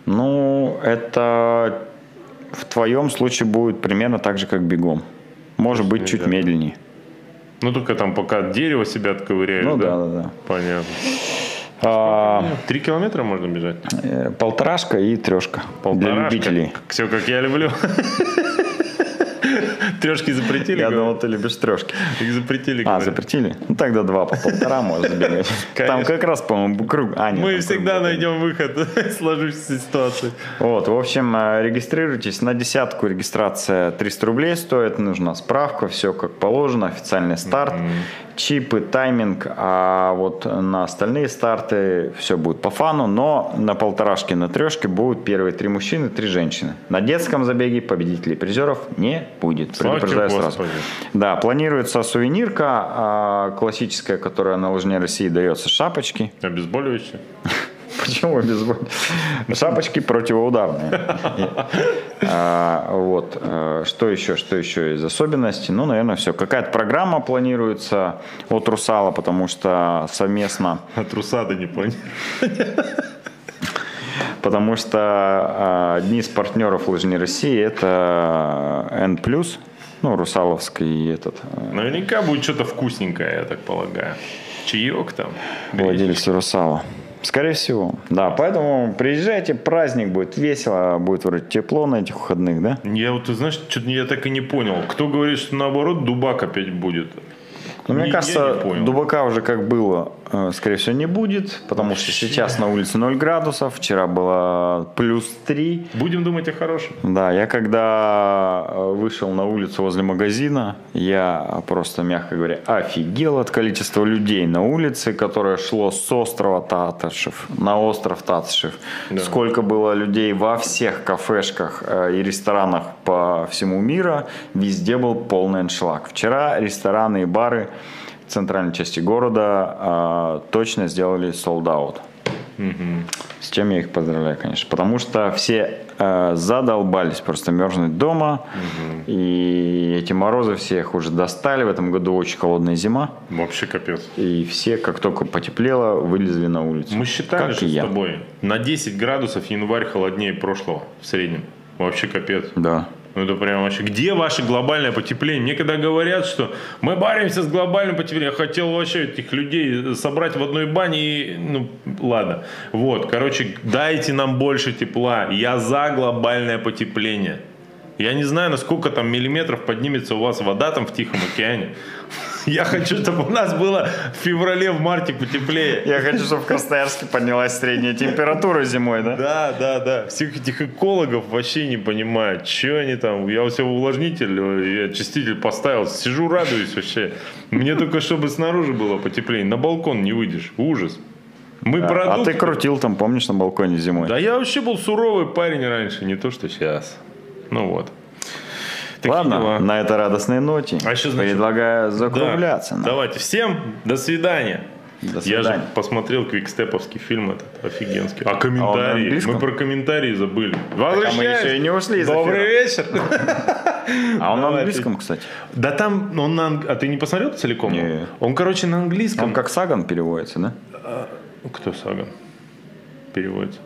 Ну, это в твоем случае будет примерно так же, как бегом. Может быть, чуть медленнее. Ну, только там пока дерево себя отковыряешь, Ну, да? да. Понятно. 3 километра можно бежать? 1,5 и 3 для любителей. Все, как я люблю. 3 запретили? Я думал, ты любишь 3. Их запретили. Запретили? Ну, тогда 2 по 1,5 можно бегать. Там как раз, по-моему, круг. Мы всегда найдем выход из сложившейся ситуации. Вот, в общем, регистрируйтесь. На 10 регистрация 300 рублей стоит. Нужна справка, все как положено, официальный старт. Чипы, тайминг, а вот на остальные старты все будет по фану, но на 1,5, на 3 будут первые 3 мужчины, 3 женщины. На детском забеге победителей и призеров не будет. Предупреждаю сразу. Да, планируется сувенирка классическая, которая на лыжне России дается, шапочки. Обезболивающие? Почему обезболивающие? Шапочки противоударные. Вот. Что еще из особенностей? Ну, наверное, все. Какая-то программа планируется от Русала, потому что совместно... От Русада не планируется. Потому что одни из партнеров лыжни России это N+, ну, Русаловский этот... Наверняка будет что-то вкусненькое, я так полагаю. Чаек там. Владелец Русала. Скорее всего. Да, поэтому приезжайте, праздник будет весело, будет вроде тепло на этих выходных, да? Я вот, ты знаешь, что-то я так и не понял. Кто говорит, что наоборот дубак опять будет? Ну, мне кажется, дубака уже как было, скорее всего, не будет, потому что сейчас на улице 0 градусов, вчера было +3. Будем думать о хорошем. Да, я когда вышел на улицу возле магазина, я просто, мягко говоря, офигел от количества людей на улице, которое шло с острова Татышев на остров Татышев. Да. Сколько было людей во всех кафешках и ресторанах по всему миру, везде был полный аншлаг. Вчера рестораны и бары в центральной части города точно сделали sold out. С чем я их поздравляю, конечно. Потому что все задолбались просто мерзнуть дома. И эти морозы всех уже достали. В этом году очень холодная зима. Вообще капец. И все, как только потеплело, вылезли на улицу. Мы считали же с тобой. На 10 градусов январь холоднее прошлого в среднем. Вообще капец. Да. Ну это прям вообще... Где ваше глобальное потепление? Мне когда говорят, что мы боремся с глобальным потеплением, я хотел вообще этих людей собрать в одной бане и... Ну, ладно. Вот, короче, дайте нам больше тепла. Я за глобальное потепление. Я не знаю, насколько там миллиметров поднимется у вас вода там в Тихом океане. Я хочу, чтобы у нас было в феврале, в марте потеплее. Я хочу, чтобы в Красноярске поднялась средняя температура зимой, да? Да. Всех этих экологов вообще не понимают, что они там. Я у себя увлажнитель, очиститель поставил, сижу, радуюсь вообще. Мне только, чтобы снаружи было потеплее. На балкон не выйдешь. Ужас. А ты крутил там, помнишь, на балконе зимой? Да я вообще был суровый парень раньше, не то, что сейчас. Ну вот. Ладно, дела. На этой радостной ноте предлагаю закругляться. Да. Давайте. Всем до свидания. До свидания. Я же посмотрел квикстеповский фильм этот офигенский. А комментарии? Мы про комментарии забыли. Возвращаюсь. Мы еще и не ушли из эфира. Добрый вечер. А он на английском, кстати. Да там, а ты не посмотрел целиком? Нет. Он, короче, на английском. Он как Саган переводится, да? Кто Саган переводится?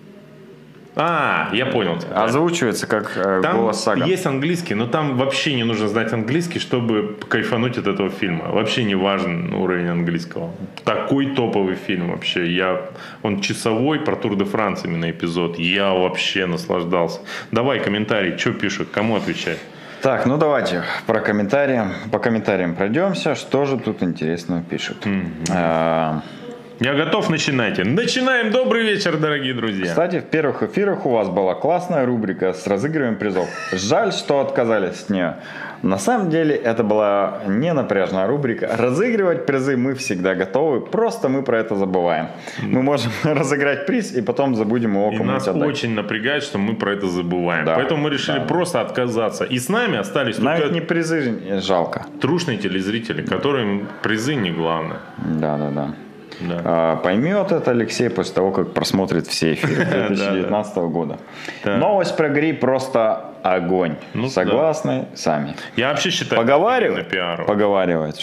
Я понял тебя. Озвучивается как голос Саган. Там есть английский, но там вообще не нужно знать английский, чтобы кайфануть от этого фильма. Вообще не важен уровень английского. Такой топовый фильм вообще. Он часовой, про Тур де Франс именно эпизод. Я вообще наслаждался. Давай комментарий, что пишут, кому отвечать? Так, ну давайте по комментариям пройдемся. Что же тут интересного пишут? Я готов, начинайте. Начинаем. Добрый вечер, дорогие друзья. Кстати, в первых эфирах у вас была классная рубрика с разыгрыванием призов. Жаль, что отказались от нее. На самом деле, это была не напряжная рубрика. Разыгрывать призы мы всегда готовы, просто мы про это забываем. Мы можем разыграть приз и потом забудем его кому-нибудь отдать. И нас очень напрягает, что мы про это забываем. Да, поэтому мы решили просто отказаться. И с нами остались только не призы, жалко. Трушные телезрители, которым призы не главное. Да. Поймет это Алексей после того, как просмотрит все эфиры 2019 года. Новость про грипп просто огонь. Ну, Согласны сами. Я вообще считаю, Поговаривают,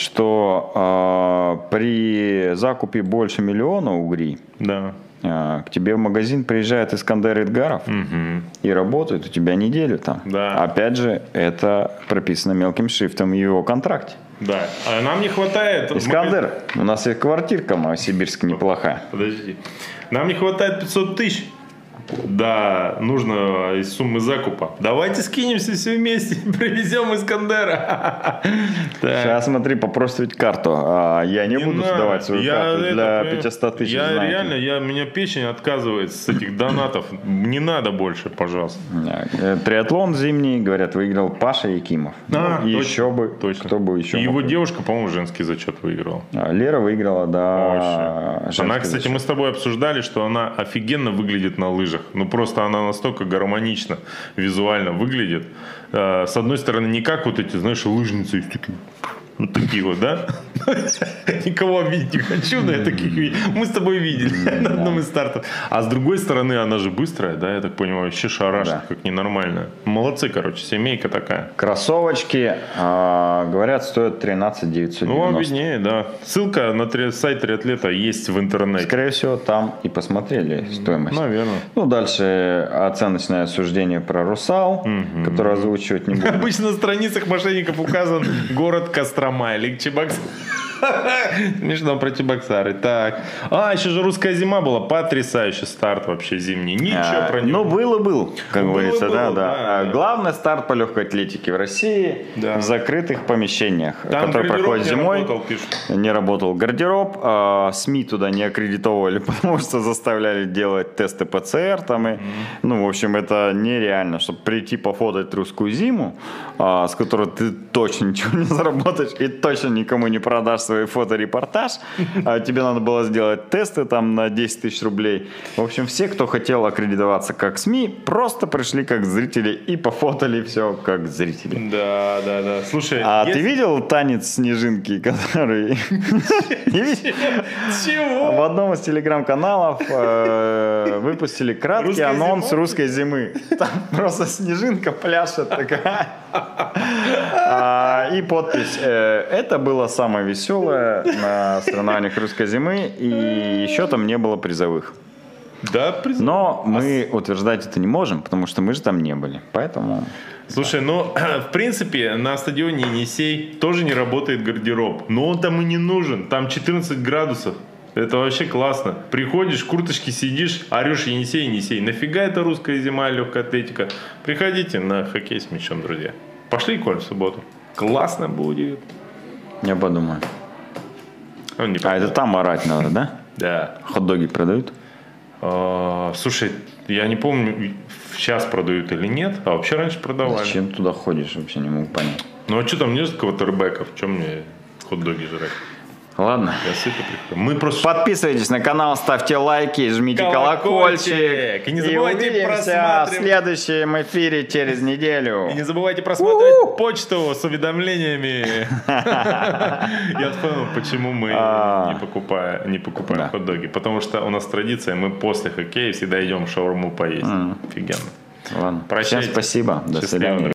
что при закупе больше миллиона угри, да. К тебе в магазин приезжает Искандер Эдгаров и работает у тебя неделю там. Да. Опять же, это прописано мелким шрифтом в его контракте. Да. А нам не хватает... Искандер, у нас есть квартирка новосибирская неплохая. Подожди. Нам не хватает 500 тысяч. Да, нужно из суммы закупа. Давайте скинемся все вместе, привезем Искандера. Сейчас смотри, попросить ведь карту. Я не буду сдавать свою карту для 500 тысяч. Я реально, меня печень отказывается с этих донатов. Не надо больше, пожалуйста. Триатлон зимний, говорят, выиграл Паша Якимов. Еще бы. Точно. Кто бы еще? И его девушка, по-моему, женский зачет выиграла. Лера выиграла, да. Она, кстати, мы с тобой обсуждали, что она офигенно выглядит на лыжах. Ну, просто она настолько гармонично визуально выглядит. С одной стороны, не как вот эти, знаешь, лыжницы из таких... Вот такие вот, да? Никого обидеть не хочу, но я таких видел. Мы с тобой видели на одном из стартов. А с другой стороны, она же быстрая, да, я так понимаю, вообще шарашит, как ненормальная. Молодцы, короче, семейка такая. Кроссовочки, говорят, стоят 13 990. Ну, вам виднее, да. Ссылка на сайт триатлета есть в интернете. Скорее всего, там и посмотрели стоимость. Наверное. Ну, дальше оценочное суждение про «Русал», которое озвучивать не буду. Обычно на страницах мошенников указан город Кострома или Чебоксары. Смешно про Чебоксары. Так. Еще же русская зима была. Потрясающий старт вообще зимний. Ничего про него. Ну, был, как говорится, да. Главный старт по легкой атлетике в России в закрытых помещениях, который проходит зимой. Не работал гардероб. СМИ туда не аккредитовывали, потому что заставляли делать тесты ПЦР. Ну, в общем, это нереально, чтобы прийти пофотать русскую зиму, с которой ты точно ничего не заработаешь и точно никому не продашь свой фоторепортаж. Тебе надо было сделать тесты там на 10 тысяч рублей. В общем, все, кто хотел аккредитоваться как СМИ, просто пришли как зрители и пофотали все как зрители. Да. Слушай, ты видел танец снежинки, который... Чего? В одном из телеграм-каналов выпустили краткий анонс русской зимы. Там просто снежинка пляшет такая. И подпись. Это было самое веселое на соревнованиях русской зимы. И еще там не было призовых. Да, призовых. Но мы утверждать это не можем, потому что мы же там не были. Поэтому... Слушай, в принципе, на стадионе Енисей тоже не работает гардероб. Но он там и не нужен. Там 14 градусов. Это вообще классно. Приходишь, в курточке сидишь, орешь Енисей. Нафига это русская зима, легкая атлетика? Приходите на хоккей с мячом, друзья. Пошли, Коль, в субботу. Классно будет. Я подумаю. Это там орать надо, да? Да. Хот-доги продают? Слушай, я не помню, сейчас продают или нет, а вообще раньше продавали. Зачем туда ходишь, вообще не могу понять. Ну а что там нет квотербеков? Чем мне хот-доги жрать? Ладно. Я сыто прихожу. Мы просто... Подписывайтесь на канал, ставьте лайки, жмите колокольчик. И не забывайте увидимся в следующем эфире через неделю. И не забывайте просматривать почту с уведомлениями. Я понял, почему мы не покупаем хот-доги. Потому что у нас традиция, мы после хоккея всегда идем шаурму поесть. Офигенно. Ладно. Прощайте. Всем спасибо. До свидания.